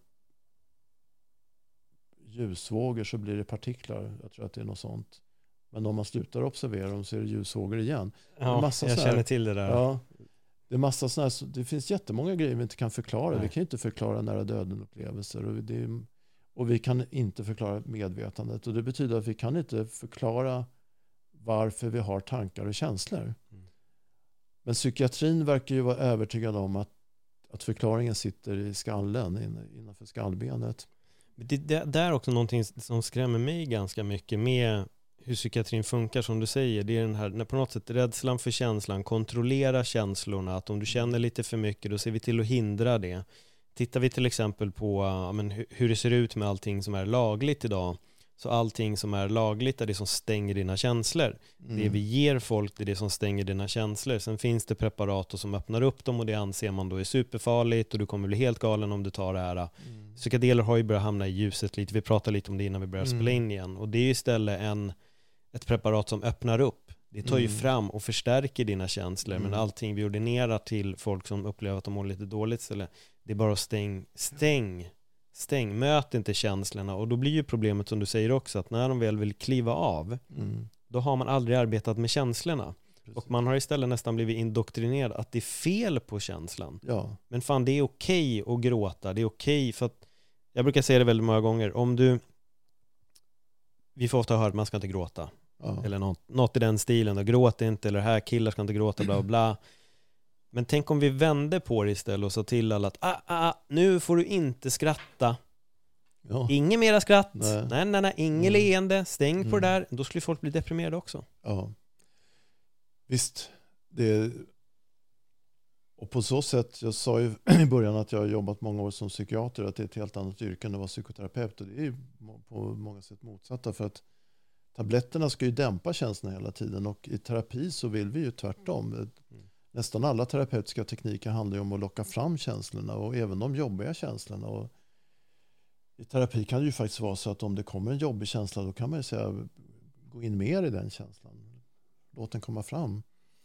ljusvågor så blir det partiklar. Jag tror att det är något sånt. Men om man slutar observera dem så är det ljusvågor igen. Ja, massa jag här, känner till det där. Ja, det är massa såna här, det finns jättemånga grejer vi inte kan förklara. Nej. Vi kan inte förklara nära döden-upplevelser. Och, det, och vi kan inte förklara medvetandet. Och det betyder att vi kan inte förklara varför vi har tankar och känslor. Mm. Men psykiatrin verkar ju vara övertygad om att, att förklaringen sitter i skallen, innanför skallbenet. Det, det, det är också någonting som skrämmer mig ganska mycket med hur psykiatrin funkar, som du säger. Det är den här, när på något sätt rädslan för känslan, kontrollera känslorna, att om du känner lite för mycket, då ser vi till att hindra det. Tittar vi till exempel på ja, men hur, hur det ser ut med allting som är lagligt idag, så allting som är lagligt är det som stänger dina känslor. Mm. Det vi ger folk, det är det som stänger dina känslor. Sen finns det preparat som öppnar upp dem, och det anser man då är superfarligt, och du kommer bli helt galen om du tar det här. Mm. Psykedeler har ju börjat hamna i ljuset lite. Vi pratade lite om det innan vi började mm. spela in igen. Och det är istället en, ett preparat som öppnar upp. Det tar ju mm. fram och förstärker dina känslor. Mm. Men allting vi ordinerar till folk som upplever att de mår lite dåligt, eller det är bara att stäng, stäng Stäng, möt inte känslorna. Och då blir ju problemet, som du säger också, att när de väl vill kliva av, mm. då har man aldrig arbetat med känslorna. Precis. Och man har istället nästan blivit indoktrinerad att det är fel på känslan. Ja. Men fan, det är okej att gråta. Det är okej, för att jag brukar säga det väldigt många gånger. Om du, vi får ofta höra att man ska inte gråta. Ja. Eller något, något i den stilen. Och gråt inte, eller här killar ska inte gråta, bla bla. Men tänk om vi vände på det istället och sa till alla att ah, ah, nu får du inte skratta. Ja. Inget mera skratt. Nej, nej, nej, nej. Inget mm. leende. Stäng mm. på det där. Då skulle folk bli deprimerade också. Ja. Visst. Det... Och på så sätt, jag sa ju i början att jag har jobbat många år som psykiater, att det är ett helt annat yrke än att vara psykoterapeut. Och det är ju på många sätt motsatta, för att tabletterna ska ju dämpa känslorna hela tiden, och i terapi så vill vi ju tvärtom. Mm. Nästan alla terapeutiska tekniker handlar ju om att locka fram känslorna, och även de jobbiga känslorna. Och i terapi kan det ju faktiskt vara så att om det kommer en jobbig känsla, då kan man ju säga gå in mer i den känslan. Låt den komma fram.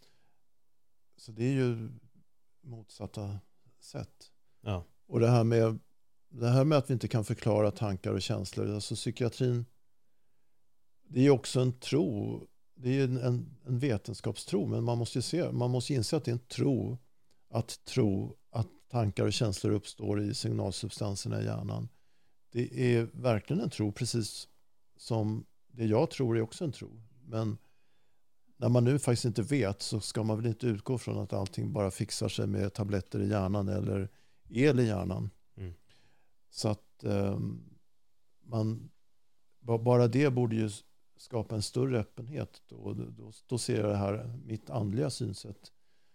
Så det är ju motsatta sätt. Ja. Och det här med det här med att vi inte kan förklara tankar och känslor, alltså psykiatrin, det är ju också en tro. Det är en, en, en vetenskapstro, men man måste ju se, man måste inse att det är en tro att tro att tankar och känslor uppstår i signalsubstanserna i hjärnan. Det är verkligen en tro, precis som det jag tror är också en tro. Men när man nu faktiskt inte vet, så ska man väl inte utgå från att allting bara fixar sig med tabletter i hjärnan eller el i hjärnan. Mm. Så att um, man bara det borde ju skapa en större öppenhet. Då, då, då ser jag det här, mitt andliga synsätt,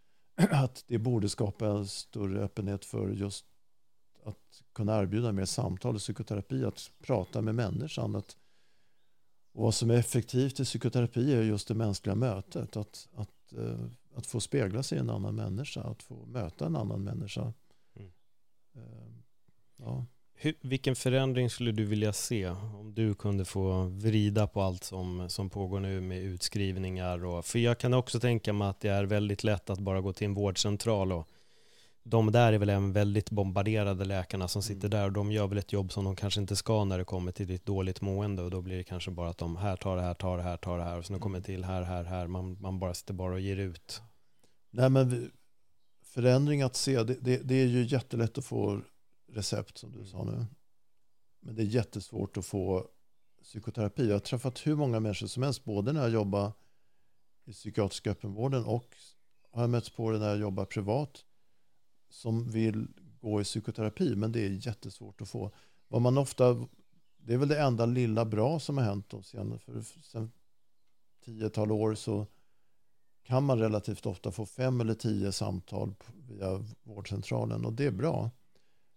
att det borde skapa en större öppenhet för just att kunna erbjuda mer samtal och psykoterapi, att prata med människan. Att, och vad som är effektivt i psykoterapi är just det mänskliga mötet. Att, att, uh, att få spegla sig i en annan människa, att få möta en annan människa. Mm. Uh, ja. Hur, vilken förändring skulle du vilja se om du kunde få vrida på allt som, som pågår nu med utskrivningar? Och, för jag kan också tänka mig att det är väldigt lätt att bara gå till en vårdcentral, och de där är väl en väldigt bombarderade läkarna som sitter där, och de gör väl ett jobb som de kanske inte ska när det kommer till ett dåligt mående, och då blir det kanske bara att de här tar det här, tar det här, tar det här, och sen kommer det till här, här, här. Man, man bara sitter bara och ger ut. Nej, men förändring att se, det, det, det är ju jättelätt att få recept, som du sa nu. Men det är jättesvårt att få psykoterapi. Jag har träffat hur många människor som helst, både när jag jobbar i psykiatriska öppenvården och har jag mötts på det när jag jobbar privat, som vill gå i psykoterapi, men det är jättesvårt att få. Vad man ofta, det är väl det enda lilla bra som har hänt de sen, för sen tiotal år så kan man relativt ofta få fem eller tio samtal via vårdcentralen, och det är bra.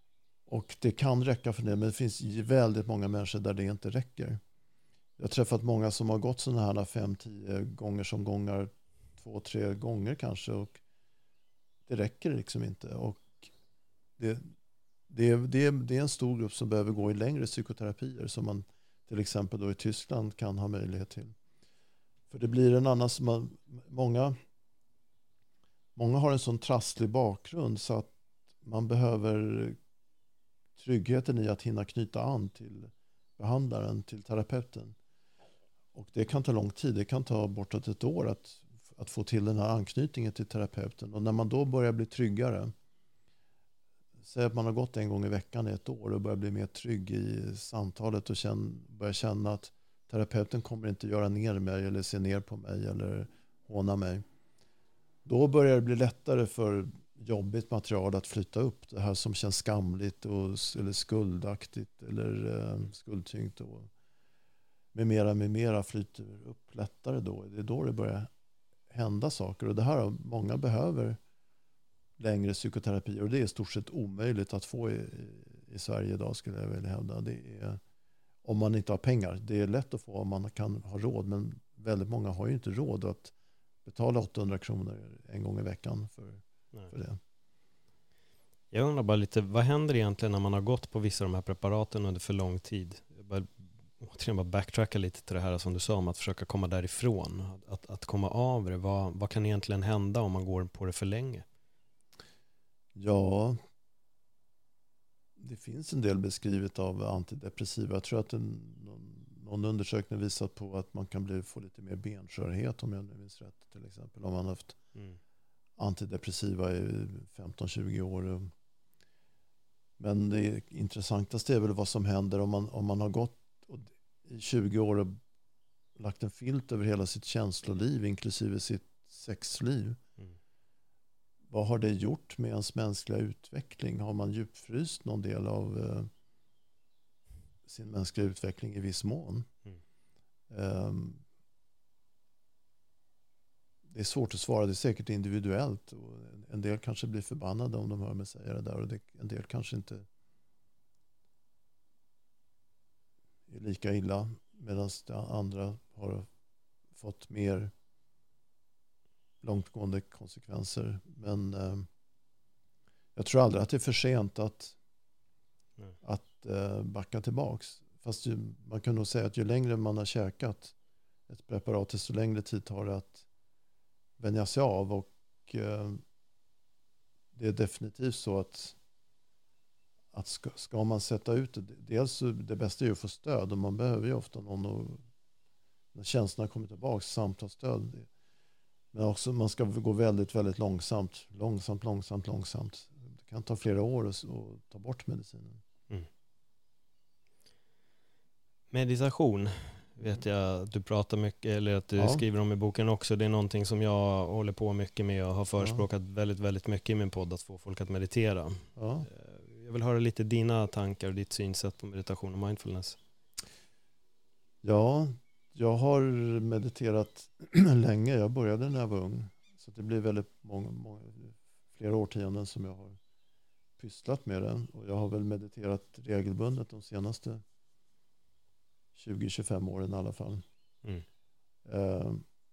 Och det kan räcka för det, men det finns väldigt många människor där det inte räcker. Jag har träffat många som har gått sådana här fem, tio gånger som gångar, två, tre gånger kanske, och det räcker liksom inte. Och det, det, det, det är en stor grupp som behöver gå i längre psykoterapier som man till exempel då i Tyskland kan ha möjlighet till. För det blir en annan som man, många, många har en sån trasslig bakgrund så att man behöver tryggheten i att hinna knyta an till behandlaren, till terapeuten. Och det kan ta lång tid, det kan ta bortåt ett år att, att få till den här anknytningen till terapeuten. Och när man då börjar bli tryggare, säg att man har gått en gång i veckan i ett år och börjar bli mer trygg i samtalet och känna, börjar känna att terapeuten kommer inte göra ner mig eller se ner på mig eller håna mig. Då börjar det bli lättare för jobbigt material att flytta upp. Det här som känns skamligt och, eller skuldaktigt eller eh, skuldtyngt och med mera med mera flyter upp lättare då. Det är då det börjar hända saker. Och det här, många behöver längre psykoterapi och det är i stort sett omöjligt att få i, i Sverige idag skulle jag vilja hävda. Det är, om man inte har pengar. Det är lätt att få om man kan ha råd, men väldigt många har ju inte råd att betala åttahundra kronor en gång i veckan för, för det. Jag undrar bara lite, vad händer egentligen när man har gått på vissa av de här preparaten under för lång tid? Jag bara, återigen bara backtracka lite till det här som du sa om att försöka komma därifrån. Att, att komma av det. Vad, vad kan egentligen hända om man går på det för länge? Ja, det finns en del beskrivet av antidepressiva. Jag tror att en, någon, någon undersökning visat på att man kan bli, få lite mer benskörhet om jag nu minns rätt. Till exempel om man har haft mm. antidepressiva i femton tjugo år. Men det intressantaste är väl vad som händer om man, om man har gått i tjugo år och lagt en filt över hela sitt känsloliv inklusive sitt sexliv. Mm. Vad har det gjort med ens mänskliga utveckling? Har man djupfryst någon del av eh, sin mänskliga utveckling i viss mån? Mm. Um, det är svårt att svara, det är säkert individuellt. Och en del kanske blir förbannade om de hör mig säga det där och det, en del kanske inte är lika illa medan andra har fått mer långtgående konsekvenser. Men eh, jag tror aldrig att det är för sent att, att eh, backa tillbaks. Fast ju, man kan nog säga att ju längre man har käkat ett preparat, desto längre tid tar det att vänja sig av. Och eh, det är definitivt så att, att ska, ska man sätta ut det, dels det bästa är ju att få stöd och man behöver ju ofta någon och, när känslorna kommer tillbaka, samtalsstöd. Det, men också man ska gå väldigt, väldigt långsamt. Långsamt, långsamt, långsamt. Det kan ta flera år att ta bort medicinen. Mm. Meditation vet jag att du pratar mycket, eller att du ja. skriver om i boken också. Det är någonting som jag håller på mycket med och har förespråkat ja. väldigt, väldigt mycket i min podd, att få folk att meditera. Ja. Jag vill höra lite dina tankar och ditt synsätt på meditation och mindfulness. Ja, jag har mediterat länge. Jag började när jag var ung. Så det blir väldigt många, många, flera årtionden som jag har pysslat med det. Och jag har väl mediterat regelbundet de senaste tjugo till tjugofem åren i alla fall. Mm. Uh,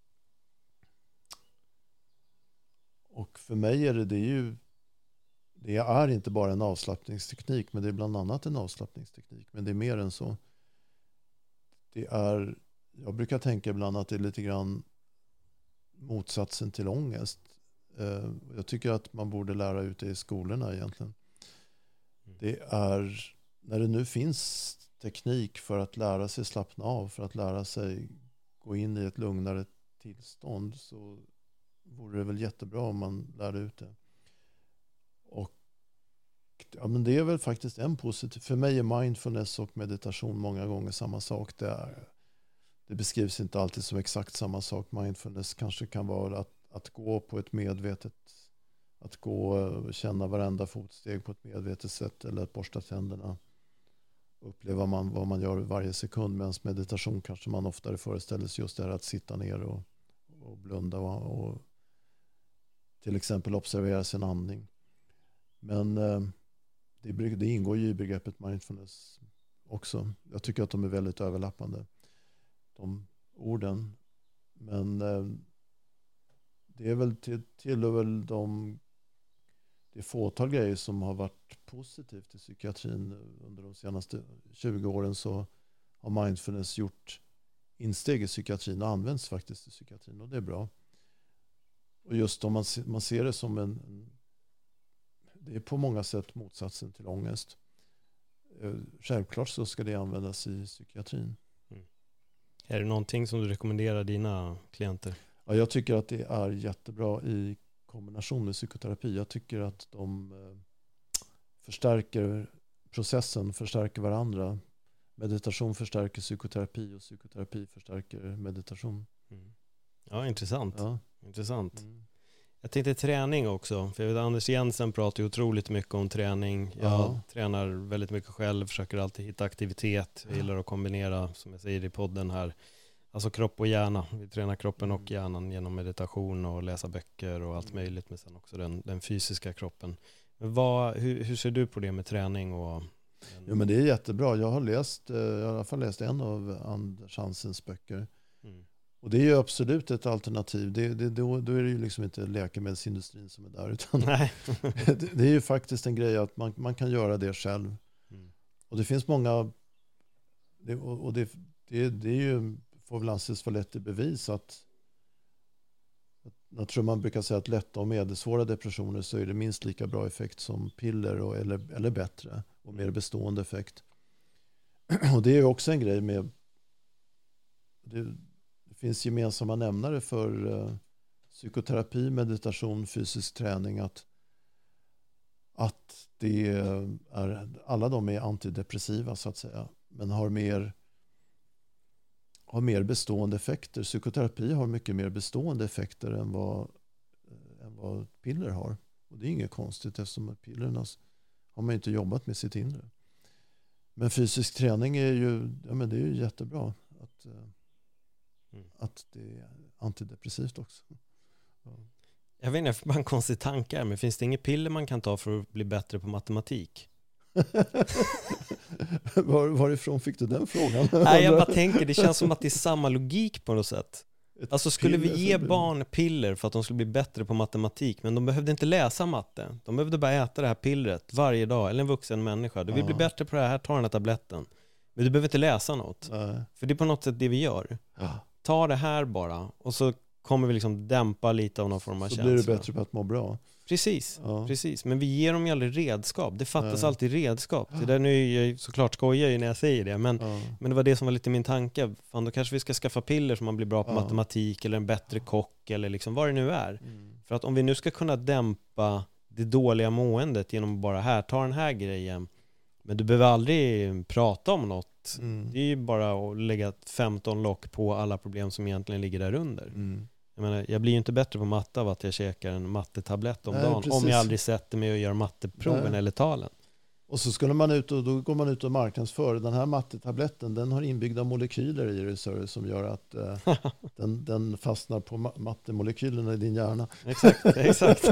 och för mig är det, det är ju det är inte bara en avslappningsteknik, men det är bland annat en avslappningsteknik. Men det är mer än så. Det är, jag brukar tänka ibland att det är lite grann motsatsen till ångest. Uh, jag tycker att man borde lära ut det i skolorna egentligen. Mm. Det är, när det nu finns teknik för att lära sig slappna av, för att lära sig gå in i ett lugnare tillstånd, så vore det väl jättebra om man lärde ut det. Och ja, men det är väl faktiskt en positiv, för mig är mindfulness och meditation många gånger samma sak. Det, är, det beskrivs inte alltid som exakt samma sak. Mindfulness kanske kan vara att, att gå på ett medvetet, att gå och känna varenda fotsteg på ett medvetet sätt, eller att borsta tänderna. Uppleva man vad man gör varje sekund, medan meditation kanske man oftare föreställer sig just det här att sitta ner och, och blunda och, och till exempel observera sin andning. Men eh, det, det ingår ju i begreppet mindfulness också. Jag tycker att de är väldigt överlappande, de orden. Men eh, det är väl till, till och väl de det är fåtal grejer som har varit positivt i psykiatrin under de senaste tjugo åren, så har mindfulness gjort insteg i psykiatrin och används faktiskt i psykiatrin, och det är bra. Och just om man, man ser det som en, en det är på många sätt motsatsen till ångest. Självklart så ska det användas i psykiatrin. Mm. Är det någonting som du rekommenderar dina klienter? Ja, jag tycker att det är jättebra i kombination med psykoterapi. Jag tycker att de förstärker processen, förstärker varandra. Meditation förstärker psykoterapi och psykoterapi förstärker meditation. Mm. Ja, intressant. Ja. Intressant. Mm. Jag tänkte träning också. För jag vet, Anders Jensen pratar ju otroligt mycket om träning. Jag Ja. tränar väldigt mycket själv, försöker alltid hitta aktivitet. Jag gillar att kombinera, som jag säger i podden här, alltså kropp och hjärna. Vi tränar kroppen och hjärnan genom meditation och läsa böcker och allt möjligt. Men sen också den, den fysiska kroppen. Men vad, hur, hur ser du på det med träning? Och Jo, men det är jättebra. Jag har läst, jag har i alla fall läst en av Anders Hansens böcker. Mm. Och det är ju absolut ett alternativ. Det, det, då, då är det ju liksom inte läkemedelsindustrin som är där. Utan Nej. det, det är ju faktiskt en grej att man, man kan göra det själv. Mm. Och det finns många... Det, och det, det, det är ju, får väl anses för lätt i bevis att... Jag tror man brukar säga att lätta och medelsvåra depressioner så är det minst lika bra effekt som piller och, eller, eller bättre och mer bestående effekt. Och det är ju också en grej med... Det, det finns gemensamma nämnare för uh, psykoterapi, meditation, fysisk träning, att, att det är, alla de är antidepressiva så att säga, men har mer, har mer bestående effekter. Psykoterapi har mycket mer bestående effekter än vad, än vad piller har. Och det är inget konstigt eftersom pillerna har man inte jobbat med sitt inre. Men fysisk träning är ju, ja, men det är ju jättebra att, mm. att det är antidepressivt också. Ja. Jag vet inte, jag får bara en konstig tanke här, men finns det inget piller man kan ta för att bli bättre på matematik? Var, varifrån fick du den frågan? Nej, jag bara tänker, det känns som att det är samma logik på något sätt. Ett alltså skulle vi ge blir... barn piller för att de skulle bli bättre på matematik, men de behövde inte läsa matte. De behövde bara äta det här pillret varje dag, eller en vuxen människa. Du vill ja. bli bättre på det här, ta den här tabletten. Men du behöver inte läsa något. Nej. För det är på något sätt det vi gör. Ja. Ta det här bara, och så kommer vi liksom dämpa lite av någon form av så känsla. Så blir du bättre på att må bra. Precis, ja. precis. Men vi ger dem ju aldrig redskap. Det fattas Nej. alltid redskap. Det där nu är jag såklart skojar ju när jag säger det. Men, ja. men det var det som var lite min tanke. Fan, då kanske vi ska skaffa piller så man blir bra på ja. matematik eller en bättre kock eller liksom vad det nu är. Mm. För att om vi nu ska kunna dämpa det dåliga måendet genom att bara här, ta den här grejen. Men du behöver aldrig prata om något. Mm. Det är ju bara att lägga femton lock på alla problem som egentligen ligger där under. Mm. Jag menar, jag blir ju inte bättre på matte av att jag käkar en mattetablett om Nej, dagen. Precis. Om jag aldrig sätter mig och gör matteproven Nej. eller talen. Och så skulle man ut och då går man ut och marknadsför. Den här mattetabletten, den har inbyggda molekyler i det så, som gör att eh, den, den fastnar på ma- mattemolekylerna i din hjärna. Exakt, exakt.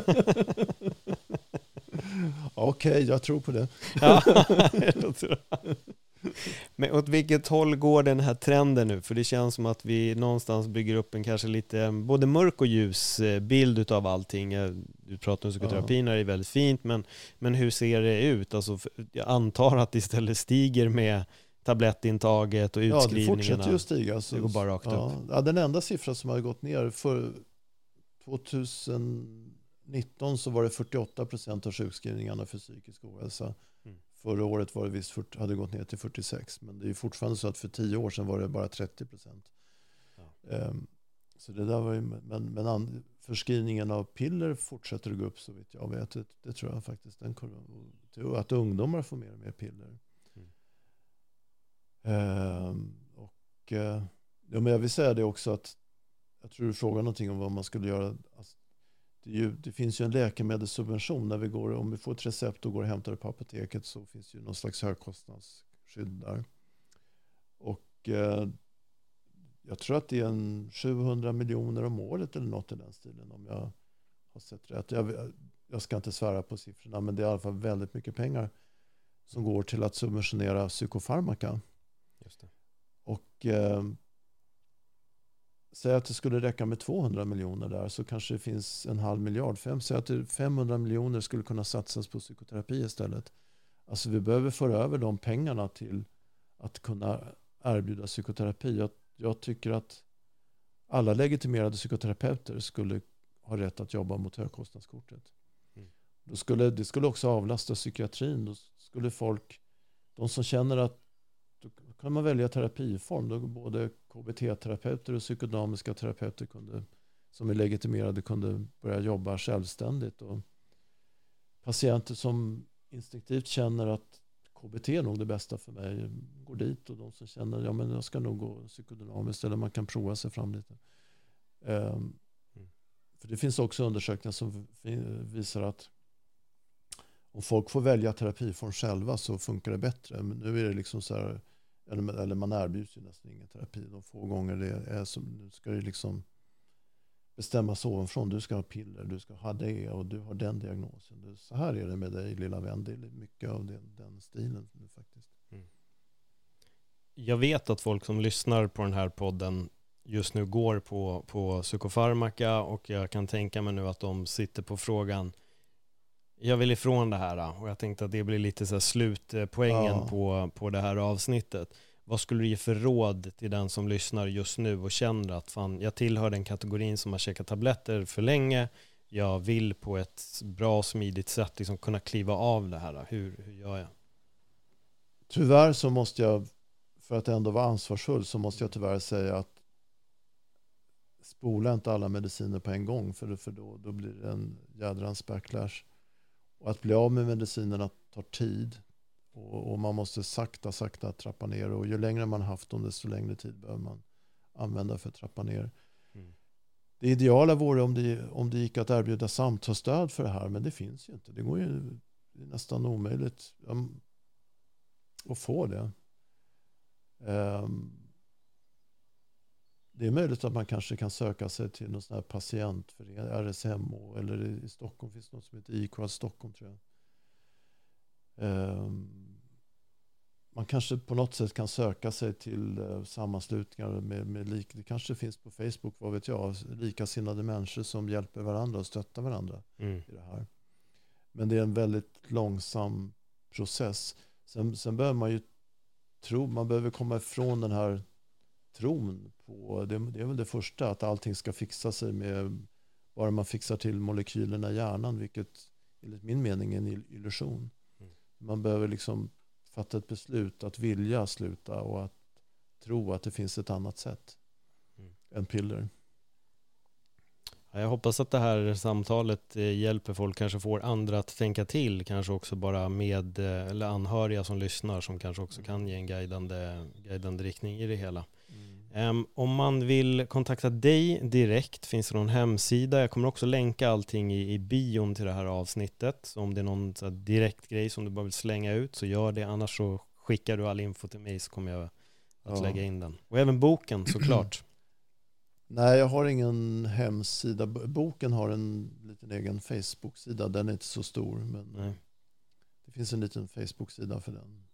Okej, okay, jag tror på det. Ja, jag tror. Men åt vilket håll går den här trenden nu? För det känns som att vi någonstans bygger upp en kanske lite både mörk och ljus bild utav allting. Du pratar om psykoterapin, ja. det är väldigt fint, men, men hur ser det ut? Alltså, jag antar att det istället stiger med tablettintaget och utskrivningarna. Ja, det fortsätter ju att stiga. Så, det går bara rakt ja. upp. Ja, den enda siffra som har gått ner för tjugonitton så var det fyrtioåtta procent av sjukskrivningarna för psykisk ohälsa. Mm. Förra året var det visst för, hade gått ner till fyrtiosex, men det är ju fortfarande så att för tio år sedan var det bara trettio procent. Ja. Um, så det där var ju, men, men an, förskrivningen av piller fortsätter att gå upp så vitt jag vet. Det, det tror jag faktiskt. Den, att ungdomar får mer och mer piller. Mm. Um, och uh, ja, men jag vill säga det också att jag tror du frågar någonting om vad man skulle göra. Alltså, Det, är ju, det finns ju en läkemedelssubvention när vi går, om vi får ett recept och går och hämtar det på apoteket så finns ju någon slags högkostnadsskydd där. Och eh, jag tror att det är en sjuhundra miljoner om året eller något i den stilen om jag har sett rätt. Jag, jag ska inte svära på siffrorna, men det är i alla fall väldigt mycket pengar som går till att subventionera psykofarmaka. Just det. Och eh, säg att det skulle räcka med tvåhundra miljoner där, så kanske det finns en halv miljard. Fem, säg att det femhundra miljoner skulle kunna satsas på psykoterapi istället. Alltså vi behöver föra över de pengarna till att kunna erbjuda psykoterapi. Jag, jag tycker att alla legitimerade psykoterapeuter skulle ha rätt att jobba mot högkostnadskortet. Mm. Då skulle, det skulle också avlasta psykiatrin. Då skulle folk, de som känner att då kan man välja terapiform. Då både K B T-terapeuter och psykodynamiska terapeuter kunde, som är legitimerade kunde börja jobba självständigt. Och patienter som instinktivt känner att K B T är nog det bästa för mig går dit, och de som känner ja men jag ska nog gå psykodynamiskt, eller man kan prova sig fram lite. Um, mm. För det finns också undersökningar som visar att om folk får välja terapiform själva så funkar det bättre. Men nu är det liksom så här, eller, eller man erbjuds ju nästan ingen terapi. De få gånger det är som, nu ska det liksom bestämmas ovanifrån. Du ska ha piller, du ska ha det och du har den diagnosen. Så här är det med dig lilla vän. Det är mycket av den, den stilen nu faktiskt. Mm. Jag vet att folk som lyssnar på den här podden just nu går på, på psykofarmaka, och jag kan tänka mig nu att de sitter på frågan jag vill ifrån det här, och jag tänkte att det blir lite så här slutpoängen ja. på, på det här avsnittet. Vad skulle du ge för råd till den som lyssnar just nu och känner att fan, jag tillhör den kategorin som har käkat tabletter för länge, jag vill på ett bra och smidigt sätt liksom kunna kliva av det här. Hur, hur gör jag? Tyvärr så måste jag, för att ändå vara ansvarsfull, så måste jag tyvärr säga att spola inte alla mediciner på en gång, för, för då, då blir det en jädrans backlash. Och att bli av med medicinerna tar tid, och, och man måste sakta sakta trappa ner, och ju längre man haft dem desto längre tid behöver man använda för att trappa ner. Mm. Det ideala vore om det, om det gick att erbjuda samtalsstöd för det här, men det finns ju inte. Det går ju det är nästan omöjligt um, att få det. Um, Det är möjligt att man kanske kan söka sig till någon sån här patient för R S M O, eller i Stockholm finns något som heter I Q Stockholm, tror jag. Um, man kanske på något sätt kan söka sig till uh, sammanslutningar med, med lik, det kanske finns på Facebook, vad vet jag, likasinnade människor som hjälper varandra och stöttar varandra mm. i det här. Men det är en väldigt långsam process. Sen, sen behöver man ju tro, man behöver komma ifrån den här tron på, det, det är väl det första, att allting ska fixa sig med bara man fixar till molekylerna i hjärnan, vilket enligt min mening är en illusion. Mm. Man behöver liksom fatta ett beslut att vilja sluta och att tro att det finns ett annat sätt mm. än piller. Jag hoppas att det här samtalet hjälper folk, kanske får andra att tänka till, kanske också bara med eller anhöriga som lyssnar, som kanske också kan ge en guidande, guidande riktning i det hela. Mm. Um, om man vill kontakta dig direkt, finns det någon hemsida? Jag kommer också länka allting i, i bion till det här avsnittet. Så om det är någon så här direkt grej som du bara vill slänga ut, så gör det. Annars så skickar du all info till mig, så kommer jag att ja. lägga in den. Och även boken såklart. Nej, jag har ingen hemsida. Boken har en liten egen Facebook-sida. Den är inte så stor, men Nej. det finns en liten Facebook-sida för den.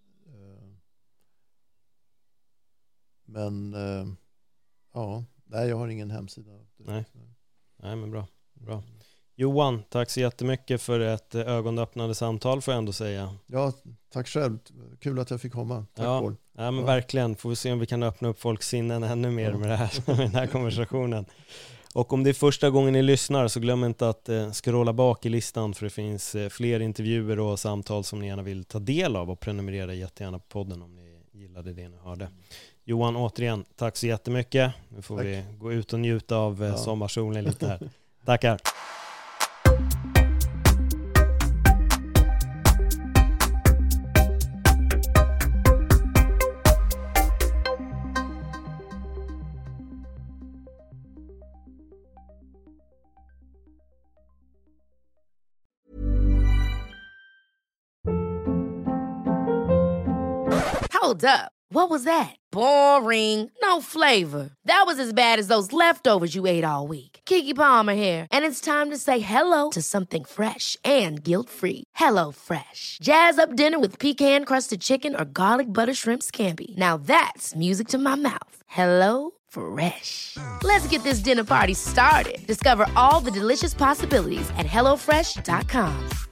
Men ja, nej, jag har ingen hemsida. Nej, nej men bra. bra. Johan, tack så jättemycket för ett ögonöppnande samtal, får jag ändå säga. Ja, tack själv. Kul att jag fick komma. Tack, ja, Paul. Ja, men ja. verkligen. Får vi se om vi kan öppna upp folks sinnen ännu mer ja. med, det här, med den här konversationen. Och om det är första gången ni lyssnar, så glöm inte att eh, scrolla bak i listan, för det finns eh, fler intervjuer och samtal som ni gärna vill ta del av, och prenumerera jättegärna på podden om ni gillade det ni hörde. Johan, återigen, tack så jättemycket. Nu får tack. vi gå ut och njuta av ja. sommarsolen lite här. Tackar. Hold up. What was that? Boring. No flavor. That was as bad as those leftovers you ate all week. Keke Palmer here, and it's time to say hello to something fresh and guilt-free. Hello Fresh. Jazz up dinner with pecan-crusted chicken or garlic butter shrimp scampi. Now that's music to my mouth. Hello Fresh. Let's get this dinner party started. Discover all the delicious possibilities at hello fresh dot com.